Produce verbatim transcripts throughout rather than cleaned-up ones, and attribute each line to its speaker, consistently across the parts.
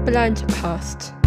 Speaker 1: Blindcast.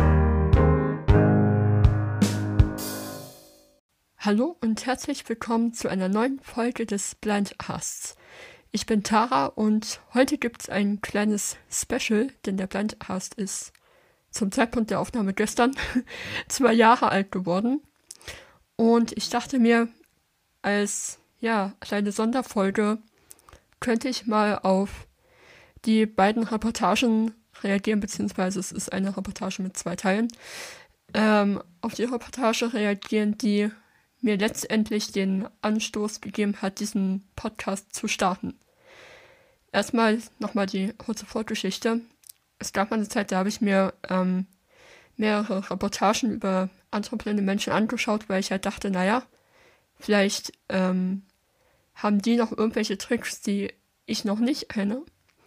Speaker 1: Hallo und herzlich willkommen zu einer neuen Folge des Blindcasts. Ich bin Tara und heute gibt es ein kleines Special, denn der Blindcast ist zum Zeitpunkt der Aufnahme gestern zwei Jahre alt geworden. Und ich dachte mir, als ja, kleine Sonderfolge könnte ich mal auf die beiden Reportagen reagieren, beziehungsweise es ist eine Reportage mit zwei Teilen, ähm, auf die Reportage reagieren, die mir letztendlich den Anstoß gegeben hat, diesen Podcast zu starten. Erstmal nochmal die kurze Vorgeschichte. Es gab mal eine Zeit, da habe ich mir ähm, mehrere Reportagen über andere blinde Menschen angeschaut, weil ich halt dachte, naja, vielleicht ähm, haben die noch irgendwelche Tricks, die ich noch nicht kenne.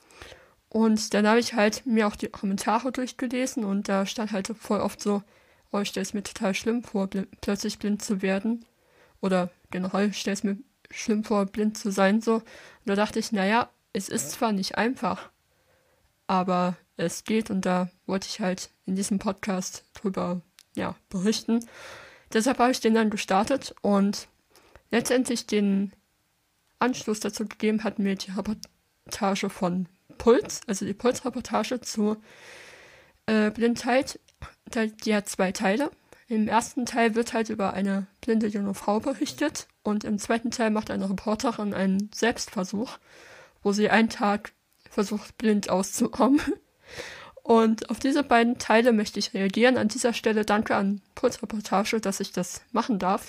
Speaker 1: Und dann habe ich halt mir auch die Kommentare durchgelesen und da stand halt voll oft so, oh, ich stelle es mir total schlimm vor, bl- plötzlich blind zu werden. Oder generell stelle es mir schlimm vor, blind zu sein. So. Und da dachte ich, naja, es ist zwar nicht einfach, aber es geht und da wollte ich halt in diesem Podcast drüber ja, berichten. Deshalb habe ich den dann gestartet und letztendlich den Anschluss dazu gegeben hat mir die Reportage von Puls, also die Puls-Reportage zu äh, Blindheit. Die hat zwei Teile. Im ersten Teil wird halt über eine blinde junge Frau berichtet und im zweiten Teil macht eine Reporterin einen Selbstversuch, wo sie einen Tag versucht, blind auszukommen. Und auf diese beiden Teile möchte ich reagieren. An dieser Stelle danke an Puls-Reportage, dass ich das machen darf.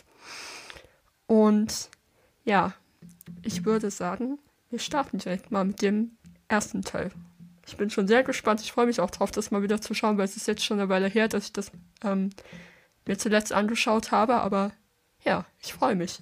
Speaker 1: Und ja, ich würde sagen, wir starten direkt mal mit dem ersten Teil. Ich bin schon sehr gespannt. Ich freue mich auch drauf, das mal wieder zu schauen, weil es ist jetzt schon eine Weile her, dass ich das ähm, mir zuletzt angeschaut habe. Aber ja, ich freue mich.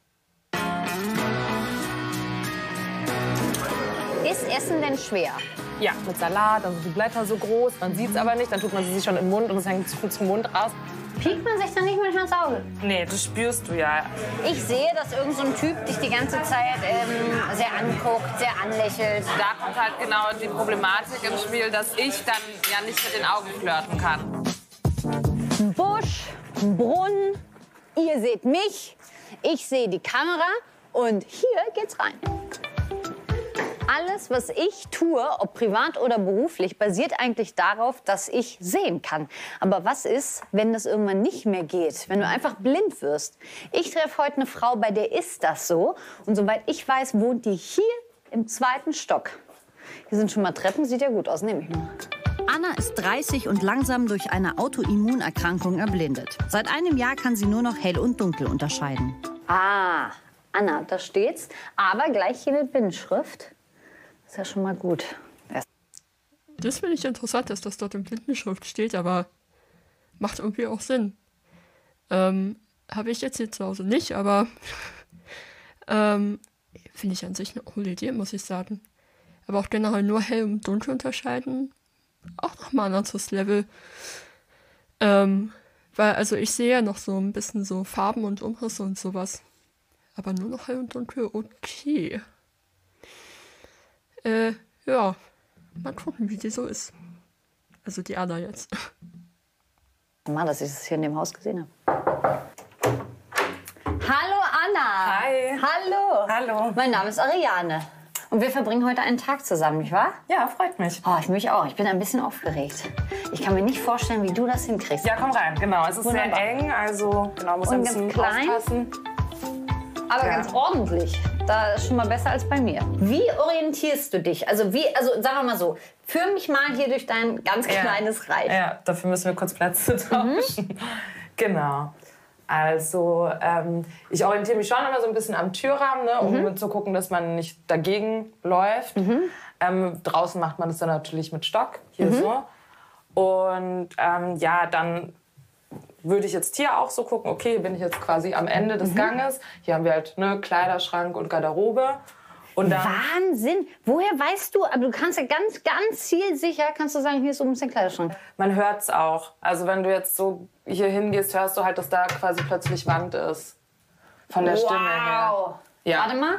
Speaker 2: Ist Essen denn schwer?
Speaker 3: Ja, mit Salat, also die Blätter so groß, man sieht es aber nicht, dann tut man sie sich schon im Mund und es hängt zu viel zum Mund raus.
Speaker 2: Piekt man sich dann nicht manchmal ins Auge?
Speaker 3: Nee, das spürst du ja.
Speaker 2: Ich sehe, dass irgend so ein Typ dich die ganze Zeit ähm, sehr anguckt, sehr anlächelt.
Speaker 3: Da kommt halt genau die Problematik im Spiel, dass ich dann ja nicht mit den Augen flirten kann.
Speaker 2: Ein Busch, ein Brunnen, ihr seht mich, ich sehe die Kamera und hier geht's rein. Alles, was ich tue, ob privat oder beruflich, basiert eigentlich darauf, dass ich sehen kann. Aber was ist, wenn das irgendwann nicht mehr geht? Wenn du einfach blind wirst? Ich treffe heute eine Frau, bei der ist das so. Und soweit ich weiß, wohnt die hier im zweiten Stock. Hier sind schon mal Treppen, sieht ja gut aus, nehme ich mal.
Speaker 4: Anna ist dreißig und langsam durch eine Autoimmunerkrankung erblindet. Seit einem Jahr kann sie nur noch hell und dunkel unterscheiden.
Speaker 2: Ah, Anna, da steht's. Aber gleich hier mit Blindenschrift. Ist ja schon mal gut.
Speaker 1: Das finde ich interessant, dass das dort in Blindenschrift steht, aber macht irgendwie auch Sinn. Ähm, habe ich jetzt hier zu Hause nicht, aber ähm, finde ich an sich eine coole Idee, muss ich sagen. Aber auch generell nur hell und dunkel unterscheiden, auch nochmal ein anderes Level. Ähm, weil, also ich sehe ja noch so ein bisschen so Farben und Umrisse und sowas. Aber nur noch hell und dunkel, okay. Äh, ja, mal gucken, wie die so ist. Also die Anna jetzt.
Speaker 2: Mal, dass ich das hier in dem Haus gesehen habe. Hallo Anna.
Speaker 3: Hi.
Speaker 2: Hallo.
Speaker 3: Hallo.
Speaker 2: Mein Name ist Ariane. Und wir verbringen heute einen Tag zusammen, nicht wahr?
Speaker 3: Ja, freut mich.
Speaker 2: Oh, ich mich auch. Ich bin ein bisschen aufgeregt. Ich kann mir nicht vorstellen, wie du das hinkriegst.
Speaker 3: Ja, komm rein, genau. Es ist
Speaker 2: Wunderbar.
Speaker 3: sehr eng, also genau, muss
Speaker 2: Und
Speaker 3: ein
Speaker 2: ganz
Speaker 3: bisschen
Speaker 2: klein?
Speaker 3: aufpassen.
Speaker 2: Aber
Speaker 3: Ja.
Speaker 2: ganz ordentlich. Da ist schon mal besser als bei mir. Wie orientierst du dich? Also wie, also sagen wir mal so, führ mich mal hier durch dein ganz
Speaker 3: Ja.
Speaker 2: kleines Reich.
Speaker 3: Ja, dafür müssen wir kurz Plätze tauschen. Mhm. Genau. Also ähm, ich orientiere mich schon immer so ein bisschen am Türrahmen, ne, um mhm. zu gucken, dass man nicht dagegen läuft. Mhm. Ähm, draußen macht man das dann natürlich mit Stock, hier mhm. so. Und ähm, ja, dann würde ich jetzt hier auch so gucken, okay, bin ich jetzt quasi am Ende des mhm. Ganges. Hier haben wir halt ne, Kleiderschrank und Garderobe. Und dann,
Speaker 2: Wahnsinn! Woher weißt du, aber du kannst ja ganz, ganz zielsicher, kannst du sagen, hier ist übrigens der Kleiderschrank.
Speaker 3: man hört es auch. Also wenn du jetzt so hier hingehst, hörst du halt, dass da quasi plötzlich Wand ist. Von der
Speaker 2: wow.
Speaker 3: Stimme her. Ja.
Speaker 2: Warte mal.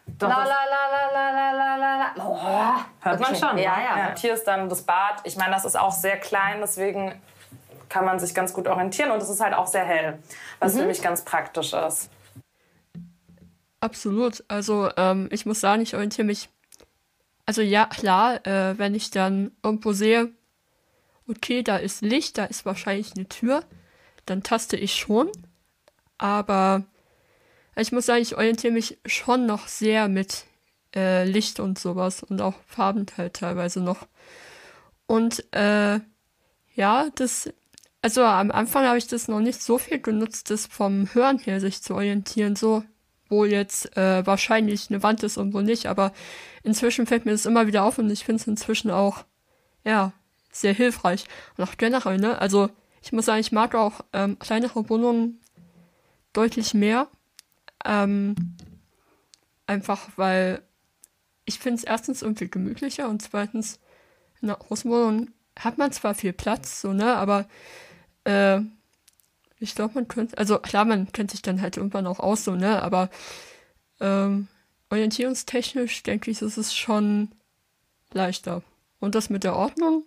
Speaker 3: Doch,
Speaker 2: la,
Speaker 3: das-
Speaker 2: la, la, la, la, la, la, la. Oh,
Speaker 3: Hört man
Speaker 2: okay.
Speaker 3: schon.
Speaker 2: Ja,
Speaker 3: ne?
Speaker 2: ja.
Speaker 3: Und hier ist dann das Bad. Ich meine, das ist auch sehr klein, deswegen kann man sich ganz gut orientieren. Und es ist halt auch sehr hell, was
Speaker 2: Mhm.
Speaker 3: für mich ganz praktisch ist.
Speaker 1: Absolut. Also ähm, ich muss sagen, ich orientiere mich. Also ja, klar, äh, wenn ich dann irgendwo sehe, okay, da ist Licht, da ist wahrscheinlich eine Tür, dann taste ich schon. Aber ich muss sagen, ich orientiere mich schon noch sehr mit äh, Licht und sowas und auch Farben halt teilweise noch. Und äh, ja, das, also am Anfang habe ich das noch nicht so viel genutzt, das vom Hören her sich zu orientieren, so, wo jetzt äh, wahrscheinlich eine Wand ist und wo nicht, aber inzwischen fällt mir das immer wieder auf und ich finde es inzwischen auch, ja, sehr hilfreich. Und auch generell, ne, also ich muss sagen, ich mag auch ähm, kleinere Wohnungen deutlich mehr, ähm, einfach weil ich finde es erstens irgendwie gemütlicher und zweitens in einer großen Wohnung hat man zwar viel Platz, so, ne, aber äh, ich glaube, man könnte, also klar, man kennt sich dann halt irgendwann auch aus, so, ne, aber ähm, orientierungstechnisch, denke ich, ist es schon leichter. Und das mit der Ordnung,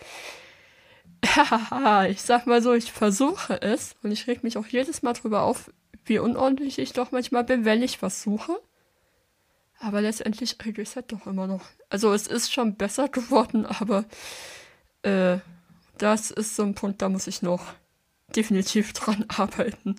Speaker 1: haha, ich sag mal so, ich versuche es und ich reg mich auch jedes Mal drüber auf, wie unordentlich ich doch manchmal bin, wenn ich was suche. Aber letztendlich kriege ich es halt doch immer noch. Also es ist schon besser geworden, aber äh, das ist so ein Punkt, da muss ich noch definitiv dran arbeiten.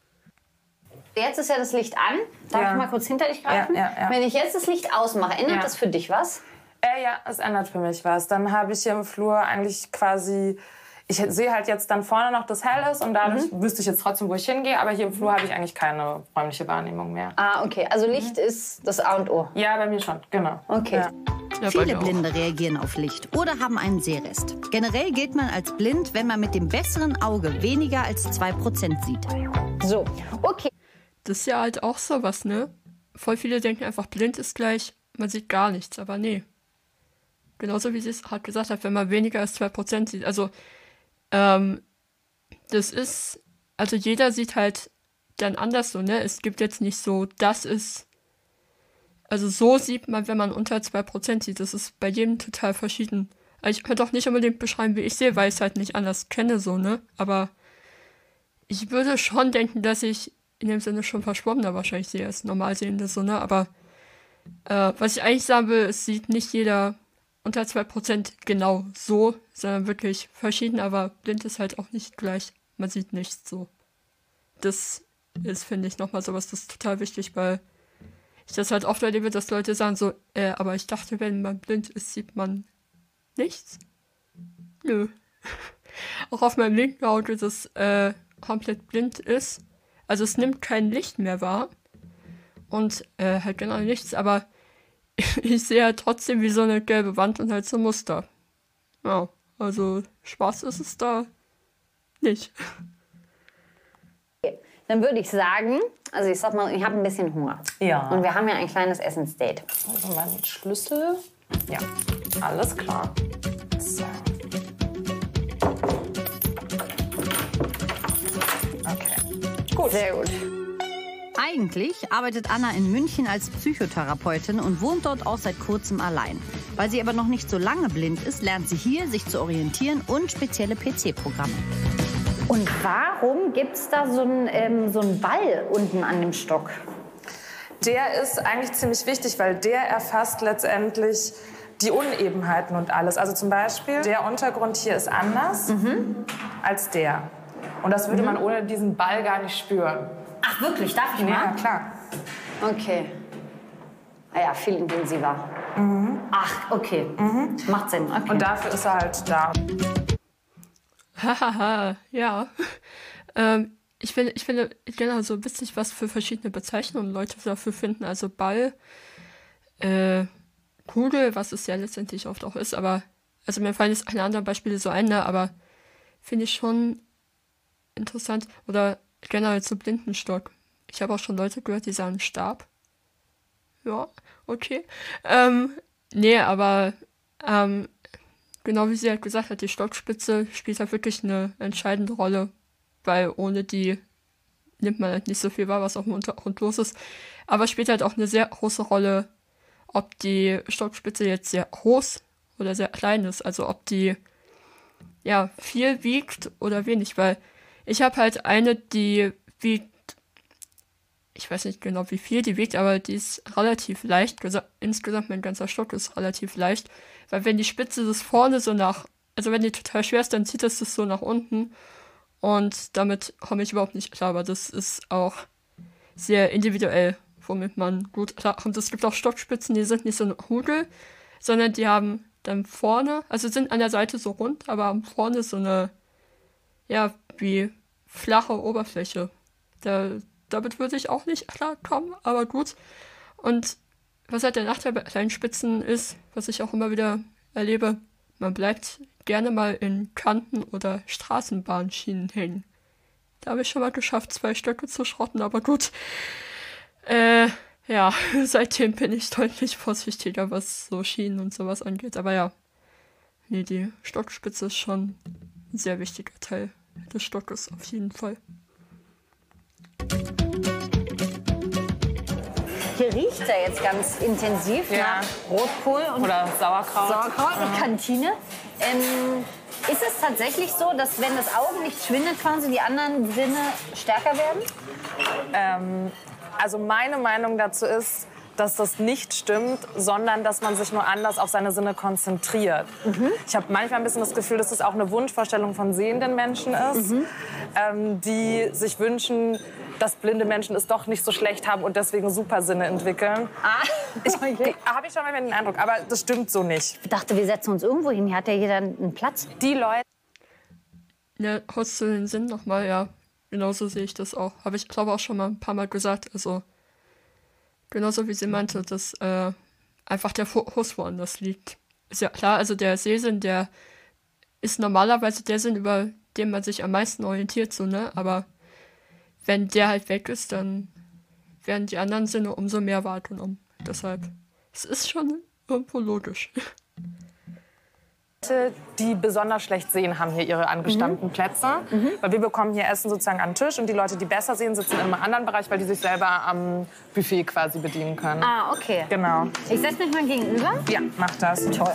Speaker 2: Jetzt ist ja das Licht an. Darf
Speaker 3: Ja.
Speaker 2: ich mal kurz hinter dich greifen?
Speaker 3: Ja, ja, ja.
Speaker 2: Wenn ich jetzt das Licht ausmache, ändert
Speaker 3: Ja.
Speaker 2: das für dich was?
Speaker 3: Äh, ja, es ändert für mich was. Dann habe ich hier im Flur eigentlich quasi... Ich sehe halt jetzt dann vorne noch, dass hell ist und dadurch
Speaker 2: Mhm.
Speaker 3: wüsste ich jetzt trotzdem, wo ich hingehe. Aber hier im Flur habe ich eigentlich keine räumliche Wahrnehmung mehr.
Speaker 2: Ah, okay. Also Licht ist das A und O.
Speaker 3: Ja, bei mir schon, genau.
Speaker 2: Okay.
Speaker 3: Ja.
Speaker 1: Ja, bei
Speaker 4: Viele
Speaker 1: mir auch.
Speaker 4: Blinde reagieren auf Licht oder haben einen Sehrest. Generell gilt man als blind, wenn man mit dem besseren Auge weniger als zwei Prozent sieht.
Speaker 2: So, okay.
Speaker 1: Das ist ja halt auch sowas, ne? Voll viele denken einfach, blind ist gleich, man sieht gar nichts, aber nee. Genauso wie sie es gerade gesagt hat, wenn man weniger als zwei Prozent sieht. Also, ähm, das ist, also jeder sieht halt dann anders so, ne? Es gibt jetzt nicht so, das ist, also so sieht man, wenn man unter zwei Prozent sieht. Das ist bei jedem total verschieden. Also ich könnte auch nicht unbedingt beschreiben, wie ich sehe, weil ich es halt nicht anders kenne, so, ne? Aber ich würde schon denken, dass ich in dem Sinne schon verschwommener wahrscheinlich sehe als Normalsehende, so, ne? Aber äh, was ich eigentlich sagen will, es sieht nicht jeder unter zwei Prozent genau so, sondern wirklich verschieden, aber blind ist halt auch nicht gleich. Man sieht nichts so. Das ist, finde ich, nochmal sowas, das ist total wichtig, weil ich das halt oft erlebe, dass Leute sagen so, äh, aber ich dachte, wenn man blind ist, sieht man nichts. Nö. Auch auf meinem linken Auge, das äh, komplett blind ist. Also es nimmt kein Licht mehr wahr. Und äh, halt genau nichts, aber ich sehe halt trotzdem wie so eine gelbe Wand und halt so Muster. Ja, also Spaß ist es da nicht.
Speaker 2: Dann würde ich sagen, also ich sag mal, ich habe ein bisschen Hunger.
Speaker 3: Ja.
Speaker 2: Und wir haben ja ein kleines Essensdate.
Speaker 3: Also mein Schlüssel. Ja, alles klar. So. Okay. Gut.
Speaker 2: Sehr gut.
Speaker 4: Eigentlich arbeitet Anna in München als Psychotherapeutin und wohnt dort auch seit kurzem allein. Weil sie aber noch nicht so lange blind ist, lernt sie hier, sich zu orientieren und spezielle P C-Programme.
Speaker 2: Und warum gibt es da so einen ähm, so einen Ball unten an dem Stock?
Speaker 3: Der ist eigentlich ziemlich wichtig, weil der erfasst letztendlich die Unebenheiten und alles. Also zum Beispiel, der Untergrund hier ist anders als der. Und das würde man ohne diesen Ball gar nicht spüren.
Speaker 2: Ach wirklich, darf ich
Speaker 3: Ja,
Speaker 2: mal?
Speaker 3: klar.
Speaker 2: Okay. Ah ja, viel intensiver. Ach, okay. Macht Sinn. Okay.
Speaker 3: Und dafür ist er halt da.
Speaker 1: Hahaha, ja. ähm, ich finde, ich finde genau so witzig, was für verschiedene Bezeichnungen Leute dafür finden. Also Ball, äh, Kugel, was es ja letztendlich oft auch ist, aber, also mir fallen jetzt keine anderen Beispiele so ein, ne, aber finde ich schon interessant. Oder generell zu Blindenstock. Ich habe auch schon Leute gehört, die sagen Stab. Ja, okay. Ähm, nee, aber ähm, genau wie sie halt gesagt hat, die Stockspitze spielt halt wirklich eine entscheidende Rolle, weil ohne die nimmt man halt nicht so viel wahr, was auf dem Untergrund los ist. Aber es spielt halt auch eine sehr große Rolle, ob die Stockspitze jetzt sehr groß oder sehr klein ist. Also ob die ja viel wiegt oder wenig. Weil ich habe halt eine, die wiegt, ich weiß nicht genau, wie viel die wiegt, aber die ist relativ leicht. Insgesamt mein ganzer Stock ist relativ leicht. Weil wenn die Spitze das vorne so nach, also wenn die total schwer ist, dann zieht es das so nach unten. Und damit komme ich überhaupt nicht klar. Aber das ist auch sehr individuell, womit man gut klarkommt. Es gibt auch Stockspitzen, die sind nicht so ein Hügel, sondern die haben dann vorne, also sind an der Seite so rund, aber haben vorne so eine, ja, wie flache Oberfläche. Da, damit würde ich auch nicht klarkommen, aber gut. Und was halt der Nachteil bei kleinen Spitzen ist, was ich auch immer wieder erlebe, man bleibt gerne mal in Kanten oder Straßenbahnschienen hängen. Da habe ich schon mal geschafft, zwei Stöcke zu schrotten, aber gut. Äh, ja, seitdem bin ich deutlich vorsichtiger, was so Schienen und sowas angeht. Aber ja, nee, die Stockspitze ist schon ein sehr wichtiger Teil des Stockes, auf jeden Fall.
Speaker 2: Hier riecht er jetzt ganz intensiv
Speaker 3: Ja.
Speaker 2: nach Rotkohl und
Speaker 3: Oder Sauerkraut.
Speaker 2: Sauerkraut und Kantine. Ähm, ist es tatsächlich so, dass wenn das Augenlicht schwindet, quasi die anderen Sinne stärker werden?
Speaker 3: Ähm, also meine Meinung dazu ist, dass das nicht stimmt, sondern dass man sich nur anders auf seine Sinne konzentriert. Mhm. Ich habe manchmal ein bisschen das Gefühl, dass das auch eine Wunschvorstellung von sehenden Menschen ist, mhm. ähm, die sich wünschen, dass blinde Menschen es doch nicht so schlecht haben und deswegen Supersinne entwickeln.
Speaker 2: Ah, okay.
Speaker 3: Habe ich schon mal den Eindruck, aber das stimmt so nicht.
Speaker 2: Ich dachte, wir setzen uns irgendwo hin. Hier hat ja jeder einen Platz.
Speaker 3: Die Leute...
Speaker 1: Ja, holst du den Sinn nochmal? Ja, genauso sehe ich das auch. Habe ich, glaube auch schon mal ein paar Mal gesagt. Also genauso wie sie meinte, dass äh, einfach der Fokus woanders liegt. Ist ja klar, also der Sehsinn, der ist normalerweise der Sinn, über den man sich am meisten orientiert, so, ne? Aber wenn der halt weg ist, dann werden die anderen Sinne umso mehr wahrgenommen. Deshalb, es ist schon irgendwo logisch.
Speaker 3: Die besonders schlecht sehen, haben hier ihre angestammten mhm. Plätze. Mhm. Weil wir bekommen hier Essen sozusagen an den Tisch und die Leute, die besser sehen, sitzen in einem anderen Bereich, weil die sich selber am Buffet quasi bedienen können.
Speaker 2: Ah, okay.
Speaker 3: Genau.
Speaker 2: Ich setze mich mal gegenüber.
Speaker 3: Ja, mach das.
Speaker 2: Toll.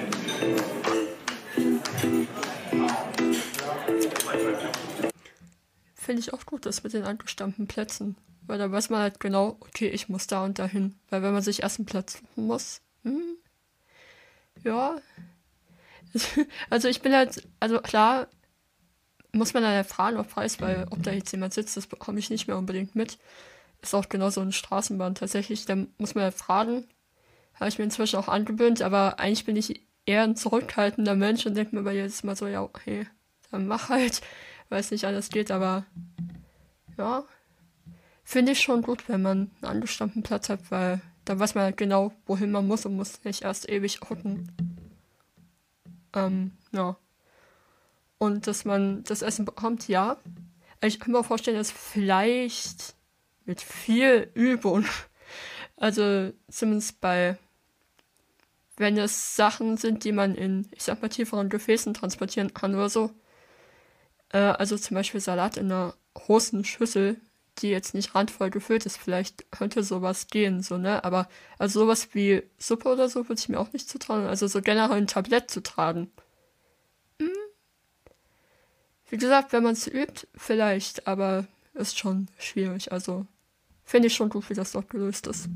Speaker 1: Finde ich auch gut, das mit den angestammten Plätzen. Weil da weiß man halt genau, okay, ich muss da und dahin. Weil wenn man sich erst einen Platz suchen muss, hm, ja. Also ich bin halt, also klar, muss man dann erfahren auf Preis, weil ob da jetzt jemand sitzt, das bekomme ich nicht mehr unbedingt mit. Ist auch genauso eine Straßenbahn tatsächlich, da muss man erfahren. Habe ich mir inzwischen auch angewöhnt, aber eigentlich bin ich eher ein zurückhaltender Mensch und denke mir aber jedes Mal so, ja, okay, dann mach halt, weil es nicht anders geht, aber ja, finde ich schon gut, wenn man einen angestammten Platz hat, weil dann weiß man halt genau, wohin man muss und muss nicht erst ewig gucken. Ähm, ja. Und dass man das Essen bekommt, ja. Ich kann mir auch vorstellen, dass vielleicht mit viel Übung, also zumindest bei, wenn es Sachen sind, die man in, ich sag mal, tieferen Gefäßen transportieren kann oder so, äh, also zum Beispiel Salat in einer großen Schüssel, die jetzt nicht randvoll gefüllt ist, vielleicht könnte sowas gehen, so, ne, aber also sowas wie Suppe oder so würde ich mir auch nicht zutrauen, also so generell ein Tablett zu tragen. Hm. Wie gesagt, wenn man es übt, vielleicht, aber ist schon schwierig, also finde ich schon gut, wie das dort gelöst ist.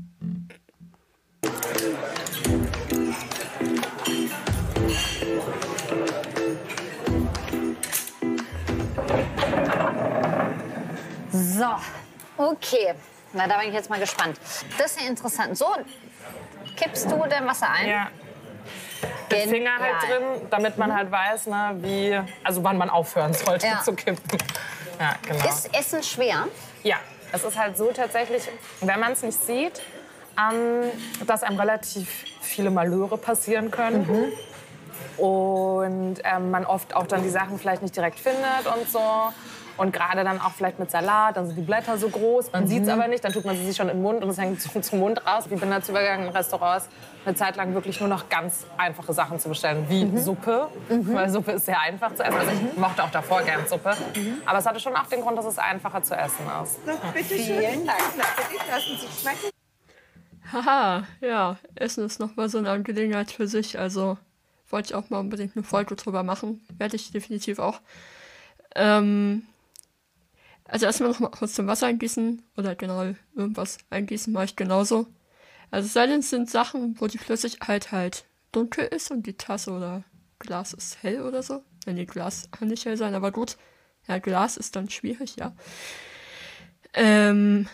Speaker 2: So, okay. Na, da bin ich jetzt mal gespannt. Das ist ja interessant. So, kippst du denn Wasser ein?
Speaker 3: Ja. Den Finger halt drin, damit man halt weiß, ne, wie, also wann man aufhören sollte
Speaker 2: Ja.
Speaker 3: zu kippen. Ja, genau.
Speaker 2: Ist Essen schwer?
Speaker 3: Ja, es ist halt so tatsächlich, wenn man es nicht sieht, ähm, dass einem relativ viele Malheure passieren können. Mhm. Und ähm, man oft auch dann die Sachen vielleicht nicht direkt findet und so. Und gerade dann auch vielleicht mit Salat, dann sind die Blätter so groß, man mhm. sieht es aber nicht, dann tut man sie sich schon im Mund und es hängt zum, zum Mund raus. Ich bin dazu übergegangen, in Restaurants eine Zeit lang wirklich nur noch ganz einfache Sachen zu bestellen, wie mhm. Suppe, mhm. weil Suppe ist sehr einfach zu essen. Also ich mochte auch davor gern Suppe, mhm. aber es hatte schon auch den Grund, dass es einfacher zu essen ist.
Speaker 5: So, bitte schön. Vielen Dank. Lassen Sie schmecken.
Speaker 1: Haha, ja, Essen ist noch mal so eine Angelegenheit für sich, also wollte ich auch mal unbedingt eine Folge drüber machen, werde ich definitiv auch. Ähm, also erstmal noch mal kurz zum Wasser eingießen oder generell irgendwas eingießen, mache ich genauso. Also es sei denn, es sind Sachen, wo die Flüssigkeit halt dunkel ist und die Tasse oder Glas ist hell oder so. Wenn die Glas kann nicht hell sein, aber gut, ja, Glas ist dann schwierig, ja. Ähm,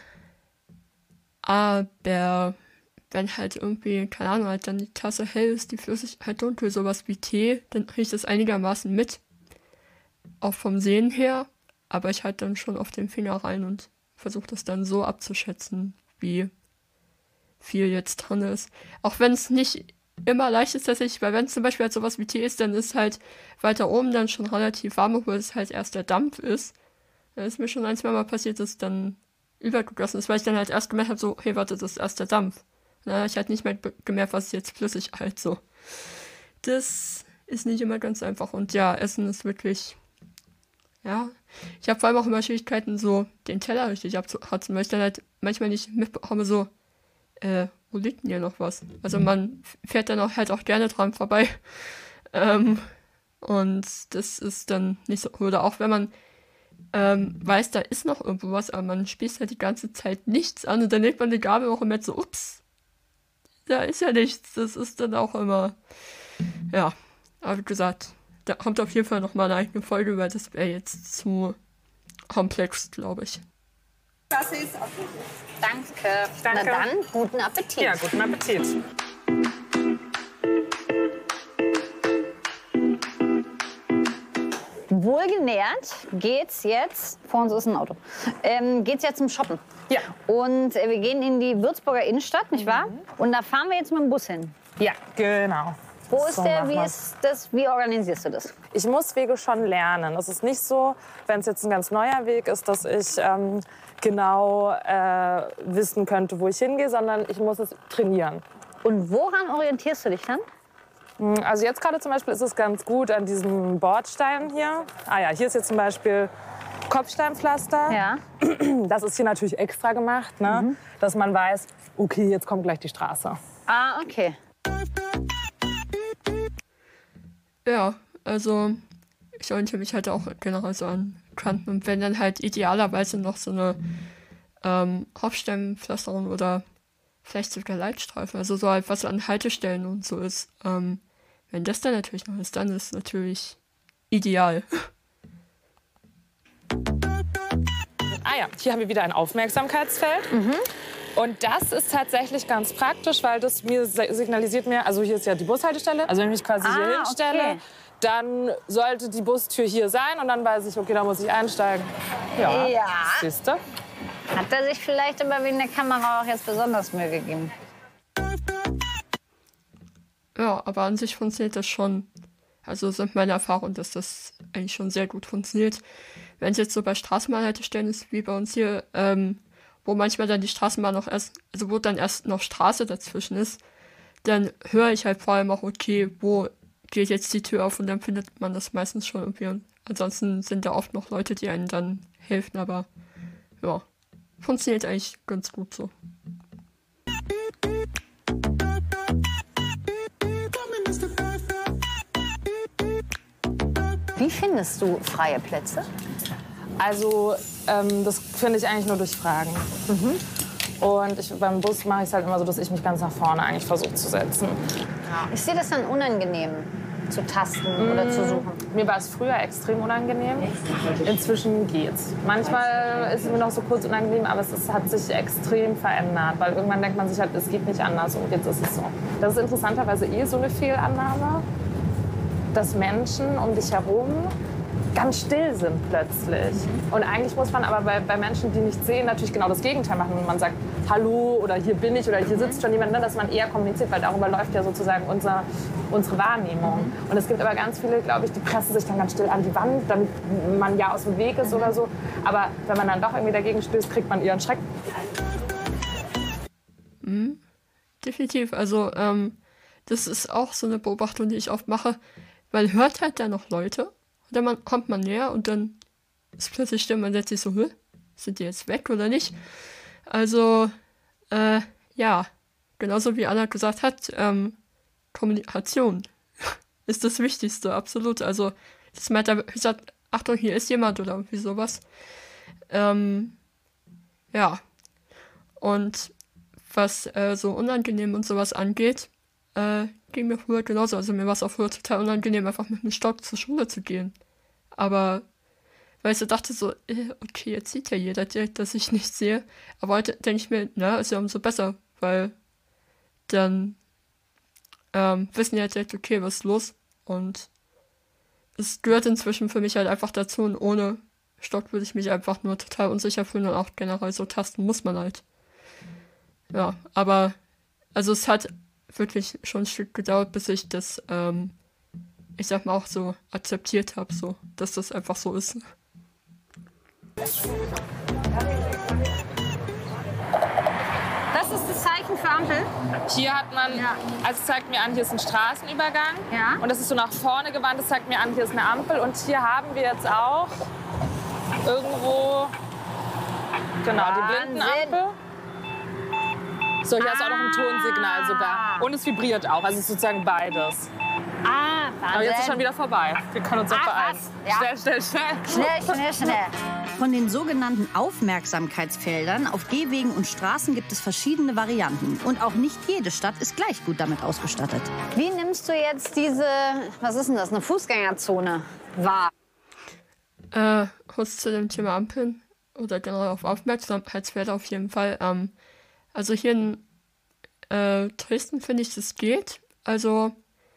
Speaker 1: aber wenn halt irgendwie, keine Ahnung, halt dann die Tasse hell ist, die Flüssigkeit dunkel, sowas wie Tee, dann kriege ich das einigermaßen mit. Auch vom Sehen her, aber ich halt dann schon auf den Finger rein und versuche das dann so abzuschätzen, wie viel jetzt drin ist. Auch wenn es nicht immer leicht ist, tatsächlich, weil wenn es zum Beispiel halt sowas wie Tee ist, dann ist halt weiter oben dann schon relativ warm, obwohl es halt erst der Dampf ist. Da ist mir schon ein, zwei Mal passiert, dass dann übergegossen ist, weil ich dann halt erst gemerkt habe, so, hey, warte, das ist erst der Dampf. Na, ich halt nicht mehr gemerkt, was ist jetzt flüssig halt so. Das ist nicht immer ganz einfach. Und ja, Essen ist wirklich, ja. Ich habe vor allem auch immer Schwierigkeiten, so den Teller richtig abzukratzen, weil ich dann halt manchmal nicht mitbekomme, so, äh, wo liegt denn hier noch was? Also man fährt dann auch halt auch gerne dran vorbei. Ähm, und das ist dann nicht so, oder auch wenn man ähm, weiß, da ist noch irgendwo was, aber man spießt halt die ganze Zeit nichts an und dann legt man die Gabel auch immer so, ups, da ist ja nichts. Das ist dann auch immer, ja, aber wie gesagt, da kommt auf jeden Fall noch mal eine eigene Folge, weil das wäre jetzt zu komplex, glaube ich.
Speaker 5: Das ist auch
Speaker 2: Danke.
Speaker 3: Danke.
Speaker 2: Na dann, guten Appetit.
Speaker 3: Ja, guten Appetit.
Speaker 2: Wohlgenährt geht's jetzt, vor uns ist ein Auto, ähm, geht's jetzt zum Shoppen.
Speaker 3: Ja.
Speaker 2: Und äh, wir gehen in die Würzburger Innenstadt, nicht wahr?
Speaker 3: Mhm.
Speaker 2: Und da fahren wir jetzt mit dem Bus hin.
Speaker 3: Ja, genau.
Speaker 2: Wo ist
Speaker 3: So
Speaker 2: der,
Speaker 3: machen
Speaker 2: wie
Speaker 3: wir's.
Speaker 2: ist das, wie organisierst du das?
Speaker 3: Ich muss Wege schon lernen. Es ist nicht so, wenn es jetzt ein ganz neuer Weg ist, dass ich ähm, genau äh, wissen könnte, wo ich hingehe, sondern ich muss es trainieren.
Speaker 2: Und woran orientierst du dich dann?
Speaker 3: Also jetzt gerade zum Beispiel ist es ganz gut an diesem Bordstein hier. Ah ja, hier ist jetzt zum Beispiel Kopfsteinpflaster.
Speaker 2: Ja.
Speaker 3: Das ist hier natürlich extra gemacht, ne? Mhm. Dass man weiß, okay, jetzt kommt gleich die Straße.
Speaker 2: Ah, okay.
Speaker 1: Ja, also ich orientiere mich halt auch generell so an Kanten. Und wenn dann halt idealerweise noch so eine ähm, Kopfsteinpflasterung oder vielleicht sogar Leitstreifen, also so halt was an Haltestellen und so ist. Ähm, wenn das dann natürlich noch ist, dann ist es natürlich ideal.
Speaker 3: Ah ja, hier haben wir wieder ein Aufmerksamkeitsfeld. Mhm. Und das ist tatsächlich ganz praktisch, weil das mir signalisiert mir, also hier ist ja die Bushaltestelle, also wenn ich mich quasi
Speaker 2: Ah,
Speaker 3: hier hinstelle,
Speaker 2: okay.
Speaker 3: dann sollte die Bustür hier sein und dann weiß ich, okay, da muss ich einsteigen. Ja,
Speaker 2: Ja.
Speaker 3: siehst du?
Speaker 2: Hat er sich vielleicht aber wegen der Kamera auch jetzt besonders Mühe gegeben?
Speaker 1: Ja, aber an sich funktioniert das schon. Also sind meine Erfahrungen, dass das eigentlich schon sehr gut funktioniert. Wenn es jetzt so bei Straßenbahnhaltestellen ist, wie bei uns hier, ähm, wo manchmal dann die Straßenbahn noch erst, also wo dann erst noch Straße dazwischen ist, dann höre ich halt vor allem auch, okay, wo geht jetzt die Tür auf und dann findet man das meistens schon irgendwie. Und ansonsten sind da oft noch Leute, die einem dann helfen, aber ja, funktioniert eigentlich ganz gut so.
Speaker 2: Wie findest du freie Plätze?
Speaker 3: Also ähm, das finde ich eigentlich nur durch Fragen. Mhm. Und ich, beim Bus mache ich es halt immer so, dass ich mich ganz nach vorne eigentlich versuche zu setzen.
Speaker 2: Ist dir das dann unangenehm, zu tasten mmh. oder zu suchen?
Speaker 3: Mir war es früher extrem unangenehm. Inzwischen geht's. Manchmal ist es mir noch so kurz unangenehm, aber es ist, hat sich extrem verändert. Weil irgendwann denkt man sich halt, es geht nicht anders und jetzt ist es so. Das ist interessanterweise eh so eine Fehlannahme, dass Menschen um dich herum ganz still sind plötzlich. Und eigentlich muss man aber bei, bei Menschen, die nicht sehen, natürlich genau das Gegenteil machen. Wenn man sagt, hallo oder hier bin ich oder hier sitzt schon jemand, ne, dass man eher kommuniziert, weil darüber läuft ja sozusagen unser, unsere Wahrnehmung. Und es gibt aber ganz viele, glaube ich, die pressen sich dann ganz still an die Wand, damit man ja aus dem Weg ist oder so. Aber wenn man dann doch irgendwie dagegen stößt, kriegt man eher einen Schreck.
Speaker 1: Mhm. Definitiv. Also ähm, das ist auch so eine Beobachtung, die ich oft mache. Man hört halt da noch Leute. Und dann man, kommt man näher und dann ist plötzlich still. Man setzt sich so, Hö? Sind die jetzt weg oder nicht? Also, äh, ja, genauso wie Anna gesagt hat, ähm, Kommunikation ist das Wichtigste, absolut. Also, dass man da sagt, Achtung, hier ist jemand oder irgendwie sowas. Ähm, ja. Und was äh, so unangenehm und sowas angeht, äh, ging mir früher genauso. Also mir war es auch früher total unangenehm, einfach mit einem Stock zur Schule zu gehen. Aber weil ich so dachte so, äh, okay, jetzt sieht ja jeder direkt, dass ich nichts sehe. Aber heute denke ich mir, na, ist ja umso besser, weil dann ähm, wissen ja direkt, okay, was ist los? Und es gehört inzwischen für mich halt einfach dazu und ohne Stock würde ich mich einfach nur total unsicher fühlen und auch generell so tasten muss man halt. Ja, aber also es hat wirklich schon ein Stück gedauert, bis ich das, ähm, ich sag mal auch so akzeptiert habe, so, dass das einfach so ist.
Speaker 4: Das ist das Zeichen für Ampel?
Speaker 3: Hier hat man,
Speaker 4: Ja.
Speaker 3: also es zeigt mir an, hier ist ein Straßenübergang.
Speaker 4: Ja.
Speaker 3: Und das ist so nach vorne gewandt, das zeigt mir an, hier ist eine Ampel. Und hier haben wir jetzt auch irgendwo, genau, die
Speaker 2: Wahnsinn.
Speaker 3: Blindenampel. So, hier ist auch noch ein Tonsignal sogar. Und es vibriert auch, also es ist sozusagen beides.
Speaker 2: Ah,
Speaker 3: Aber jetzt ist schon
Speaker 2: Wahnsinn.
Speaker 3: wieder vorbei. Wir können uns auch
Speaker 2: Ach,
Speaker 3: beeilen.
Speaker 2: was? Ja.
Speaker 3: Schnell, schnell, schnell.
Speaker 2: Schnell, schnell, schnell.
Speaker 4: Von den sogenannten Aufmerksamkeitsfeldern auf Gehwegen und Straßen gibt es verschiedene Varianten. Und auch nicht jede Stadt ist gleich gut damit ausgestattet.
Speaker 2: Wie nimmst du jetzt diese, was ist denn das, eine Fußgängerzone wahr?
Speaker 1: Äh, kurz zu dem Thema Ampeln oder generell auf Aufmerksamkeitsfelder auf jeden Fall. Ähm, also hier in äh, Dresden finde ich, das geht. Also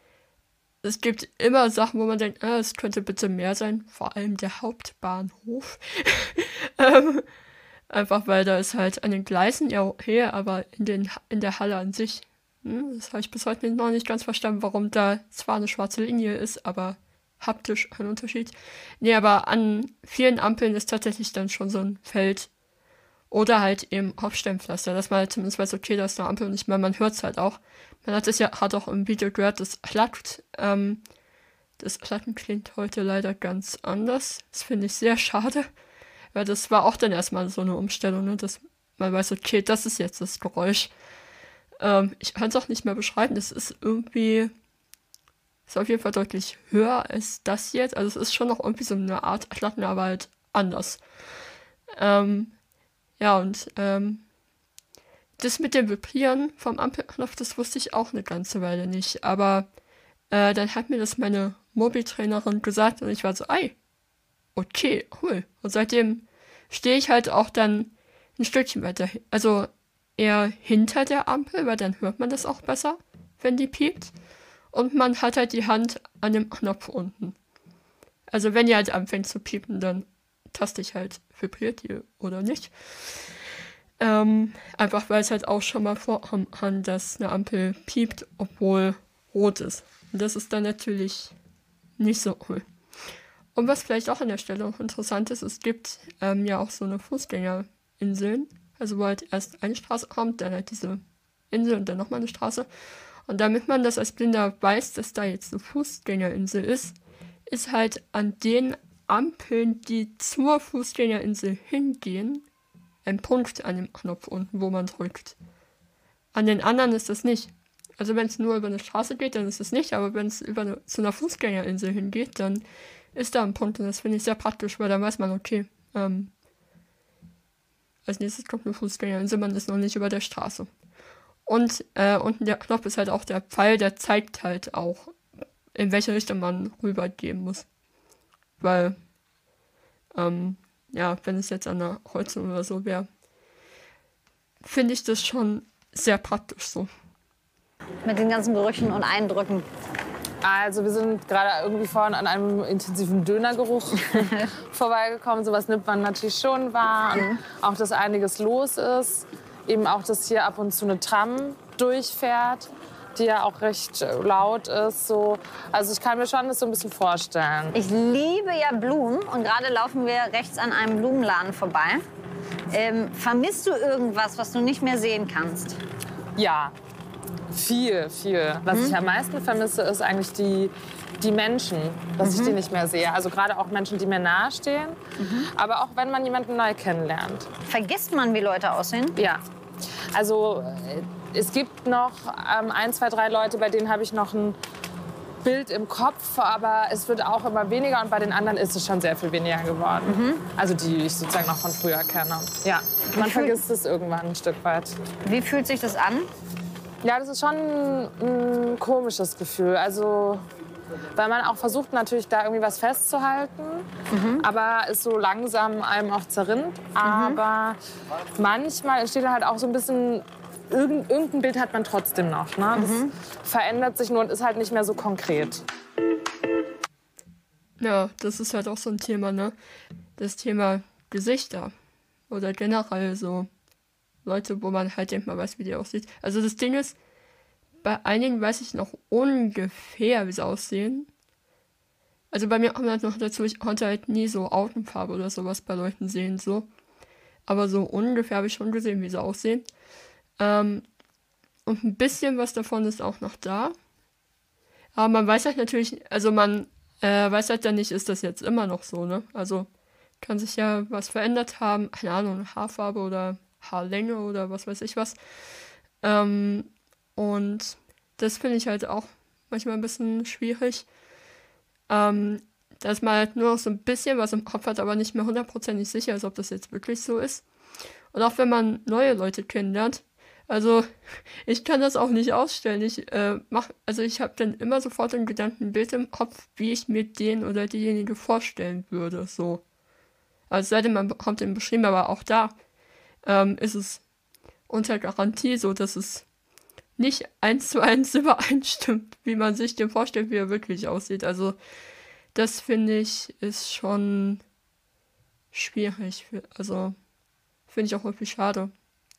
Speaker 1: es gibt immer Sachen, wo man denkt, ah, es könnte bitte mehr sein. Vor allem der Hauptbahnhof. ähm, einfach weil da ist halt an den Gleisen ja okay, aber in, den, in der Halle an sich, hm, das habe ich bis heute noch nicht ganz verstanden, warum da zwar eine schwarze Linie ist, aber haptisch ein Unterschied. Nee, aber an vielen Ampeln ist tatsächlich dann schon so ein Feld oder halt eben Kopfsteinpflaster, dass man halt zumindest weiß, okay, da ist eine Ampel und nicht mehr, man hört es halt auch. Man hat es ja, hat auch im Video gehört, das klackt. Ähm, das Klacken klingt heute leider ganz anders. Das finde ich sehr schade, weil das war auch dann erstmal so eine Umstellung, ne, dass man weiß, okay, das ist jetzt das Geräusch. Ähm, ich kann es auch nicht mehr beschreiben, das ist irgendwie, ist auf jeden Fall deutlich höher als das jetzt. Also es ist schon noch irgendwie so eine Art Klacken, aber halt anders. Ähm, ja, und ähm, das mit dem Vibrieren vom Ampelknopf, das wusste ich auch eine ganze Weile nicht. Aber äh, dann hat mir das meine Mobiltrainerin gesagt und ich war so, ei, okay, cool. Und seitdem stehe ich halt auch dann ein Stückchen weiter, hin- also eher hinter der Ampel, weil dann hört man das auch besser, wenn die piept. Und man hat halt die Hand an dem Knopf unten. Also wenn die halt anfängt zu piepen, dann taste ich halt, vibriert die oder nicht. Ähm, einfach weil es halt auch schon mal vorkommen kann, dass eine Ampel piept, obwohl rot ist. Und das ist dann natürlich nicht so cool. Und was vielleicht auch an der Stelle noch interessant ist, es gibt ähm, ja auch so eine Fußgängerinseln, also wo halt erst eine Straße kommt, dann halt diese Insel und dann nochmal eine Straße. Und damit man das als Blinder weiß, dass da jetzt eine Fußgängerinsel ist, ist halt an den Ampeln, die zur Fußgängerinsel hingehen, ein Punkt an dem Knopf unten, wo man drückt. An den anderen ist das nicht. Also wenn es nur über eine Straße geht, dann ist es nicht, aber wenn es über eine, zu einer Fußgängerinsel hingeht, dann ist da ein Punkt und das finde ich sehr praktisch, weil dann weiß man, okay, ähm, als nächstes kommt eine Fußgängerinsel, man ist noch nicht über der Straße. Und äh, unten der Knopf ist halt auch der Pfeil, der zeigt halt auch, in welche Richtung man rübergehen muss. Weil, ähm, ja, wenn es jetzt an einer Kreuzung oder so wäre, finde ich das schon sehr praktisch so.
Speaker 2: Mit den ganzen Gerüchen und Eindrücken.
Speaker 3: Also wir sind gerade irgendwie vorhin an einem intensiven Dönergeruch vorbeigekommen. Sowas nimmt man natürlich schon wahr. Und auch, dass einiges los ist. Eben auch, dass hier ab und zu eine Tram durchfährt, die ja auch recht laut ist. So. Also ich kann mir schon das so ein bisschen vorstellen.
Speaker 2: Ich liebe ja Blumen und gerade laufen wir rechts an einem Blumenladen vorbei. Ähm, vermisst du irgendwas, was du nicht mehr sehen kannst?
Speaker 3: Ja, viel, viel. Was mhm. ich am meisten vermisse, ist eigentlich die, die Menschen, dass mhm. ich die nicht mehr sehe. Also gerade auch Menschen, die mir nahestehen, mhm. aber auch wenn man jemanden neu kennenlernt.
Speaker 2: Vergisst man, wie Leute aussehen?
Speaker 3: Ja. Also es gibt noch ähm, ein, zwei, drei Leute, bei denen habe ich noch ein Bild im Kopf, aber es wird auch immer weniger und bei den anderen ist es schon sehr viel weniger geworden. Mhm. Also die ich sozusagen noch von früher kenne. Ja, man vergisst es irgendwann ein Stück weit.
Speaker 2: Wie fühlt sich das an?
Speaker 3: Ja, das ist schon ein komisches Gefühl. Also, weil man auch versucht natürlich da irgendwie was festzuhalten, mhm. aber es so langsam einem auch zerrinnt. Mhm. Aber manchmal entsteht halt auch so ein bisschen, irgend, irgendein Bild hat man trotzdem noch. Ne? Das mhm. verändert sich nur und ist halt nicht mehr so konkret.
Speaker 1: Ja, das ist halt auch so ein Thema, ne? Das Thema Gesichter oder generell so Leute, wo man halt denkt, man weiß, wie die aussieht. Also das Ding ist, bei einigen weiß ich noch ungefähr, wie sie aussehen. Also bei mir kommt halt noch dazu, ich konnte halt nie so Augenfarbe oder sowas bei Leuten sehen, so. Aber so ungefähr habe ich schon gesehen, wie sie aussehen. Ähm, und ein bisschen was davon ist auch noch da. Aber man weiß halt natürlich, also man äh, weiß halt dann nicht, ist das jetzt immer noch so, ne? Also kann sich ja was verändert haben, keine Ahnung, Haarfarbe oder Haarlänge oder was weiß ich was. Ähm, und das finde ich halt auch manchmal ein bisschen schwierig. Ähm, dass man halt nur noch so ein bisschen was im Kopf hat, aber nicht mehr hundertprozentig sicher ist, ob das jetzt wirklich so ist. Und auch wenn man neue Leute kennenlernt, also ich kann das auch nicht ausstellen. Ich äh, mach, also ich habe dann immer sofort ein Gedankenbild im Kopf, wie ich mir den oder diejenige vorstellen würde. So. Also es sei denn, man bekommt den beschrieben, aber auch da Ähm, ist es unter Garantie so, dass es nicht eins zu eins übereinstimmt, wie man sich den vorstellt, wie er wirklich aussieht. Also das finde ich ist schon schwierig. Für, also finde ich auch wirklich schade.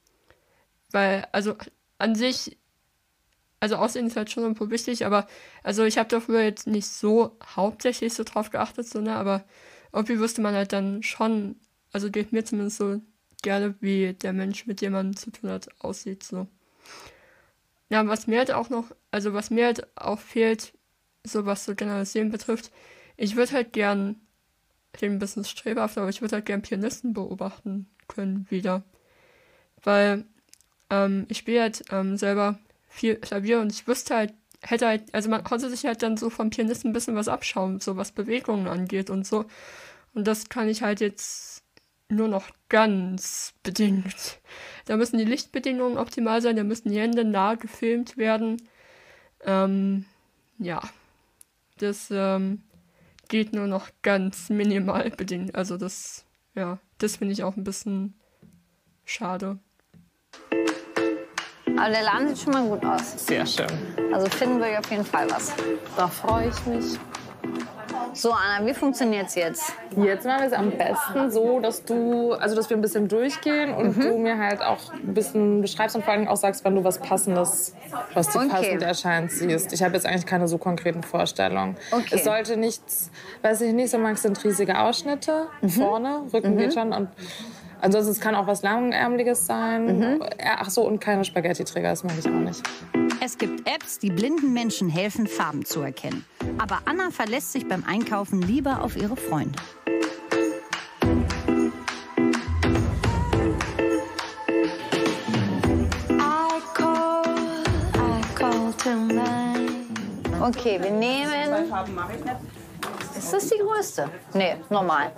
Speaker 1: Weil, also an sich, also Aussehen ist halt schon irgendwo wichtig, aber also ich habe dafür jetzt nicht so hauptsächlich so drauf geachtet, so, ne, aber irgendwie wüsste man halt dann schon, also geht mir zumindest so gerne, wie der Mensch, mit dem man zu tun hat, aussieht, so. Ja, was mir halt auch noch, also was mir halt auch fehlt, so was so Generalisieren betrifft, ich würde halt gern, klingt ein bisschen strebhaft, aber ich würde halt gern Pianisten beobachten können wieder. Weil ähm, ich spiele halt ähm, selber viel Klavier und ich wüsste halt, hätte halt, also man konnte sich halt dann so vom Pianisten ein bisschen was abschauen, so was Bewegungen angeht und so. Und das kann ich halt jetzt nur noch ganz bedingt. Da müssen die Lichtbedingungen optimal sein, da müssen die Hände nah gefilmt werden. Ähm, ja, das ähm, geht nur noch ganz minimal bedingt. Also das, ja, das finde ich auch ein bisschen schade.
Speaker 2: Aber der Laden sieht schon mal gut aus.
Speaker 3: Sehr schön.
Speaker 2: Also finden wir auf jeden Fall was.
Speaker 3: Da freue ich mich.
Speaker 2: So, Anna, wie funktioniert's jetzt?
Speaker 3: Jetzt machen wir es am besten so, dass du, also dass wir ein bisschen durchgehen und mhm. du mir halt auch ein bisschen beschreibst und vor allem auch sagst, wann du was Passendes, was dir okay. passend erscheint, siehst. Ich habe jetzt eigentlich keine so konkreten Vorstellungen. Okay. Es sollte nichts, weiß ich nicht, so magst sind riesige Ausschnitte mhm. vorne, Rücken mhm. geht schon und ansonsten es kann auch was Langärmeliges sein. Mhm. Ach so, und keine Spaghetti-Träger, das mache ich auch nicht.
Speaker 4: Es gibt Apps, die blinden Menschen helfen, Farben zu erkennen. Aber Anna verlässt sich beim Einkaufen lieber auf ihre Freunde.
Speaker 2: Okay, wir nehmen... Ist das die größte? Nee, normal.